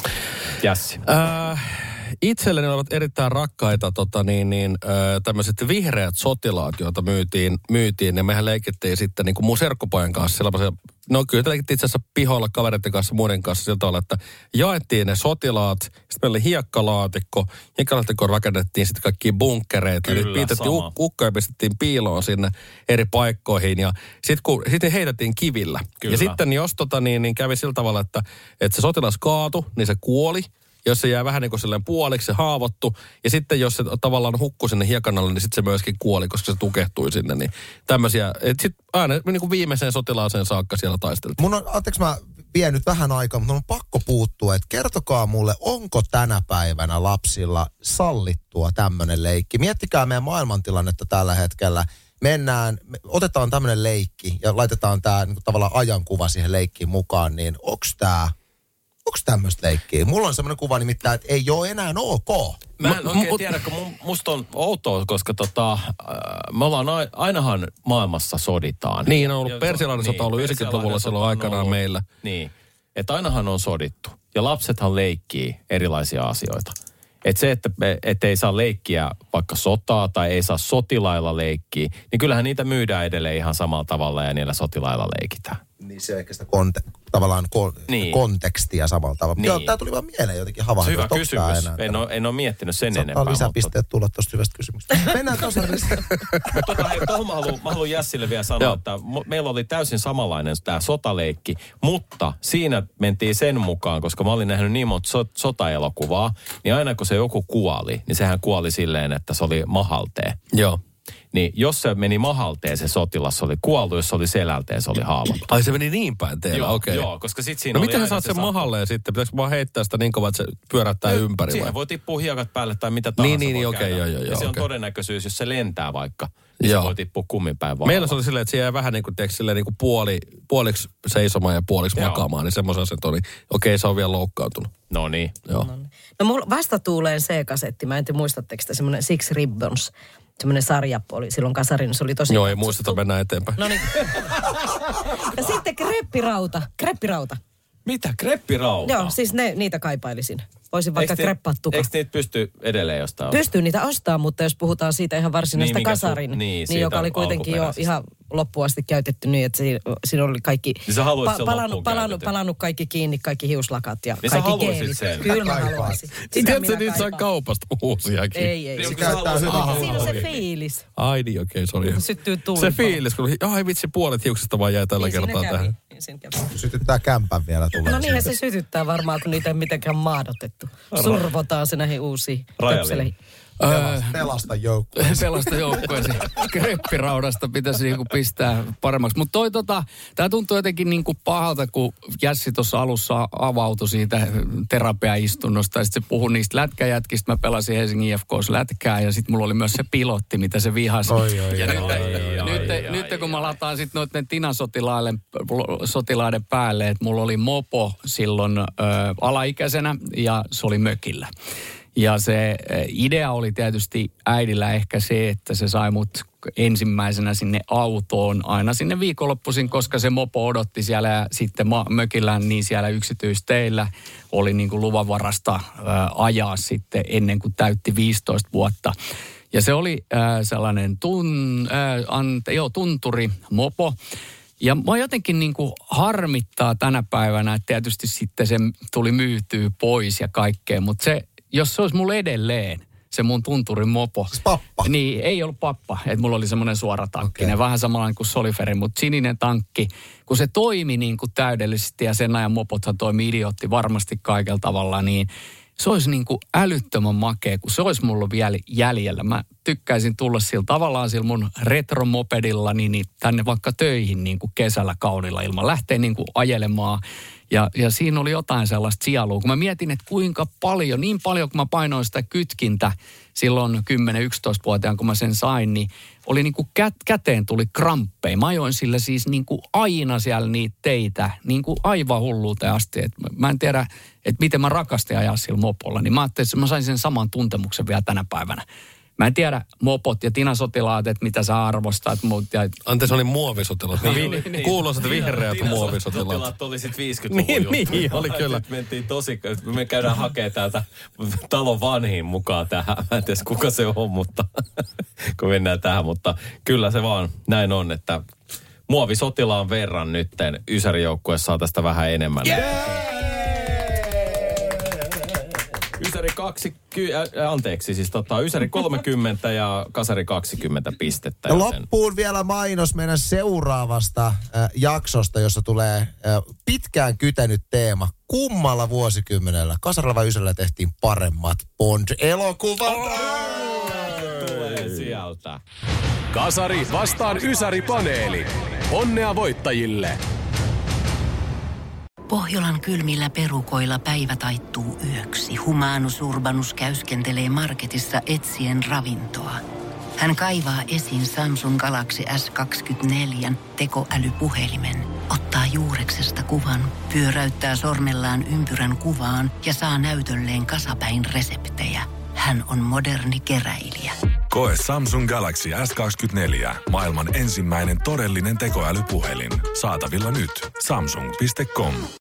Speaker 5: Jässi.
Speaker 8: Itselleni ovat erittäin rakkaita tämmöiset vihreät sotilaat, joita myytiin. Ja mehän leikittiin sitten niin kuin mun serkkupojan kanssa sellaisia. No kyllä leikittiin itse asiassa pihoilla kavereiden kanssa, muiden kanssa sillä tavalla, että jaettiin ne sotilaat. Sitten meillä oli hiekkalaatikko. Hiekkalaatikkoon rakennettiin sitten kaikkia bunkkereita. Eli piitettiin ukkoja ja pistettiin piiloon sinne eri paikkoihin. Ja sitten heitettiin kivillä. Kyllä. Ja sitten jos kävi sillä tavalla, että se sotilas kaatui, niin se kuoli. Jos se jää vähän niin kuin silleen puoliksi, se haavoittu. Ja sitten jos se tavallaan hukkui sinne hiekan alle, niin sitten se myöskin kuoli, koska se tukehtui sinne. Niin tämmöisiä, että sitten aina niin kuin viimeiseen sotilaaseen saakka siellä taisteltiin.
Speaker 9: Anteeksi mä vien nyt vähän aikaa, mutta on pakko puuttua, että kertokaa mulle, onko tänä päivänä lapsilla sallittua tämmöinen leikki? Miettikää meidän maailmantilannetta tällä hetkellä. Otetaan tämmöinen leikki ja laitetaan tämä niin kuin tavallaan ajankuva siihen leikkiin mukaan, niin onko tämmöistä leikkiä? Mulla on semmoinen kuva nimittäin, että ei ole enää ok.
Speaker 5: Mä en oikein tiedä, kun musta on outoa, koska me ollaan ainahan maailmassa soditaan.
Speaker 8: Niin, on ollut Persialainen sota ollut 90-luvulla silloin aikanaan meillä.
Speaker 5: Niin, että ainahan on sodittu. Ja lapsethan leikkii erilaisia asioita. Että se, että ei saa leikkiä vaikka sotaa tai ei saa sotilailla leikkiä, niin kyllähän niitä myydään edelleen ihan samalla tavalla ja niillä sotilailla leikitään.
Speaker 9: Niin se ehkä sitä kontekstia samalla tavalla.
Speaker 5: Niin.
Speaker 9: Joo, tämä tuli vaan mieleen jotenkin havahdua.
Speaker 5: Hyvä kysymys. En ole miettinyt sen enempää.
Speaker 9: Saattaa lisäpisteet tulla tuosta hyvästä kysymyksestä. Mennään tasarillisesti.
Speaker 5: Mä haluan Jässille vielä sanoa, että meillä oli täysin samanlainen tämä sotaleikki, mutta siinä mentiin sen mukaan, koska mä olin nähnyt niin monta sotaelokuvaa, niin aina kun se joku kuoli, niin sehän kuoli silleen, että se oli mahalteen.
Speaker 8: Joo.
Speaker 5: niin jos se meni mahalteen se sotilas, se oli kuollut, jos se oli selälteen, se oli haavoittunut.
Speaker 8: Ai se meni niin päin teillä, okei.
Speaker 5: Joo, koska sit siinä
Speaker 8: no
Speaker 5: oli
Speaker 8: miten sä saat sen mahalleen sitten? Pitäisikö vaan heittää sitä niin kovaa, että se pyörättää ympäri?
Speaker 5: Siihen voi tippua hiekat päälle tai mitä tahansa.
Speaker 8: Niin, okei, joo.
Speaker 5: Ja se on todennäköisyys, jos se lentää vaikka, niin se voi tippua kummin päin vaan.
Speaker 8: Meillä se oli silleen, että se jää vähän niin kuin, puoliksi seisomaan ja puoliksi makaamaan, niin semmoisen sen oli, okei, se on vielä loukkaantunut.
Speaker 5: No niin.
Speaker 8: Joo.
Speaker 7: No mulla vastatuuleen C-kasetti, mä en tiedä muistatteko sitä, semmoinen Six Ribbons, semmoinen sarja oli silloin kasarin, se oli tosi...
Speaker 8: Joo, ei muisteta, mennään eteenpäin.
Speaker 7: No niin. Ja sitten kreppirauta.
Speaker 5: Mitä? Kreppirauta?
Speaker 7: Joo, siis niitä kaipailisin. Voisin vaikka kreppaa tuka.
Speaker 5: Eikö niitä pysty edelleen jostain?
Speaker 7: Pystyy niitä ostamaan, mutta jos puhutaan siitä ihan varsinaista kasarin, niin joka oli kuitenkin jo ihan loppuun asti käytetty niin, että siinä oli kaikki
Speaker 5: niin
Speaker 7: palannut kaikki kiinni, kaikki hiuslakat ja
Speaker 5: niin
Speaker 7: kaikki geelit. Kyllä mä haluaisin.
Speaker 8: Tiedätkö, niitä saa kaupasta uusiakin?
Speaker 7: Ei.
Speaker 9: Se käyttää hyvin.
Speaker 7: Siinä on se fiilis.
Speaker 8: Ai niin, okei, sori.
Speaker 7: Syttyy tuuli.
Speaker 8: Se fiilis, kun ai vitsi, puolet hiuksista vaan jäi tällä kertaa tähän.
Speaker 9: Sytyttää kämpän vielä tulee.
Speaker 7: No niinhän se sytyttää varmaan, kun niitä ei mitenkään maadotettu. Survotaan se näihin uusiin töpseleihin.
Speaker 9: Pelasta joukkueen.
Speaker 6: Pelasta joukkueen. Kreppiraudasta pitäisi niinku pistää paremmaksi. Mutta tää tuntuu jotenkin niinku pahalta, kun Jässi tuossa alussa avautui siitä terapiaistunnosta. Ja sitten se puhui niistä lätkäjätkistä. Mä pelasin Helsingin IFK:ssa lätkää ja sitten mulla oli myös se pilotti, mitä se vihasi. Nyt kun mä lataan sitten noiden Tina-sotilaiden päälle, että mulla oli mopo silloin alaikäisenä ja se oli mökillä. Ja se idea oli tietysti äidillä ehkä se, että se sai mut ensimmäisenä sinne autoon aina sinne viikonloppuisin, koska se mopo odotti siellä ja sitten mökillä niin siellä yksityisteillä oli niin kuin luvanvarasta ajaa sitten ennen kuin täytti 15 vuotta. Ja se oli sellainen tunturi mopo. Ja mua jotenkin niin kuin harmittaa tänä päivänä, että tietysti sitten se tuli myytyä pois ja kaikkea, mutta se jos se olisi mulla edelleen, se mun tunturin mopo.
Speaker 9: Pappa?
Speaker 6: Niin, ei ollut pappa. Että mulla oli semmoinen suoratankkinen, vähän samanlainen kuin Soliferi, mutta sininen tankki. Kun se toimi niin kuin täydellisesti ja sen ajan mopothan toimi idiootti varmasti kaikella tavalla, niin se olisi niin kuin älyttömän makea, kun se olisi mulla vielä jäljellä. Mä tykkäisin tulla sillä tavallaan sillä mun retromopedilla niin tänne vaikka töihin niin kuin kesällä kaudilla ilman lähteä niin kuin ajelemaan. Ja siinä oli jotain sellaista sielua, kun mä mietin, että kuinka paljon, niin paljon kun mä painoin sitä kytkintä silloin 10-11-vuotiaan, kun mä sen sain, niin oli niin kuin käteen tuli kramppeja. Mä ajoin sillä siis niin kuin aina siellä niitä teitä, niin kuin aivan hulluuteen asti. Et mä en tiedä, että miten mä rakastin ajaa sillä mopolla, niin mä ajattelin, että mä sain sen saman tuntemuksen vielä tänä päivänä. Mä en tiedä mopot ja Tina-sotilaat, että mitä sä arvostat.
Speaker 8: Anteeksi, oli muovisotilaat. Kuulostat vihreät muovisotilaat.
Speaker 5: Sotilaat oli sitten 50-luvun
Speaker 8: Niin, oli kyllä.
Speaker 5: Mentiin me käydään hakemaan täältä talon vanhin mukaan tähän. Mä en tiedä, kuka se on, mutta kun mennään tähän. Mutta kyllä se vaan näin on, että muovisotilaan verran nytten Ysäri-joukkueessa saa tästä vähän enemmän. Ysäri 30 ja Kasari 20 pistettä.
Speaker 9: Ja loppuun vielä mainos meidän seuraavasta jaksosta, jossa tulee pitkään kytenyt teema. Kummalla vuosikymmenellä Kasarilla vai Ysärillä tehtiin paremmat Bond-elokuvat?
Speaker 5: Tulee sieltä.
Speaker 4: Kasari vastaan Ysäri-paneeli. Onnea voittajille!
Speaker 1: Pohjolan kylmillä perukoilla päivä taittuu yöksi. Humanus Urbanus käyskentelee marketissa etsien ravintoa. Hän kaivaa esiin Samsung Galaxy S24 tekoälypuhelimen, ottaa juureksesta kuvan, pyöräyttää sormellaan ympyrän kuvaan ja saa näytölleen kasapäin reseptejä. Hän on moderni keräilijä.
Speaker 2: Koe Samsung Galaxy S24. Maailman ensimmäinen todellinen tekoälypuhelin. Saatavilla nyt. Samsung.com.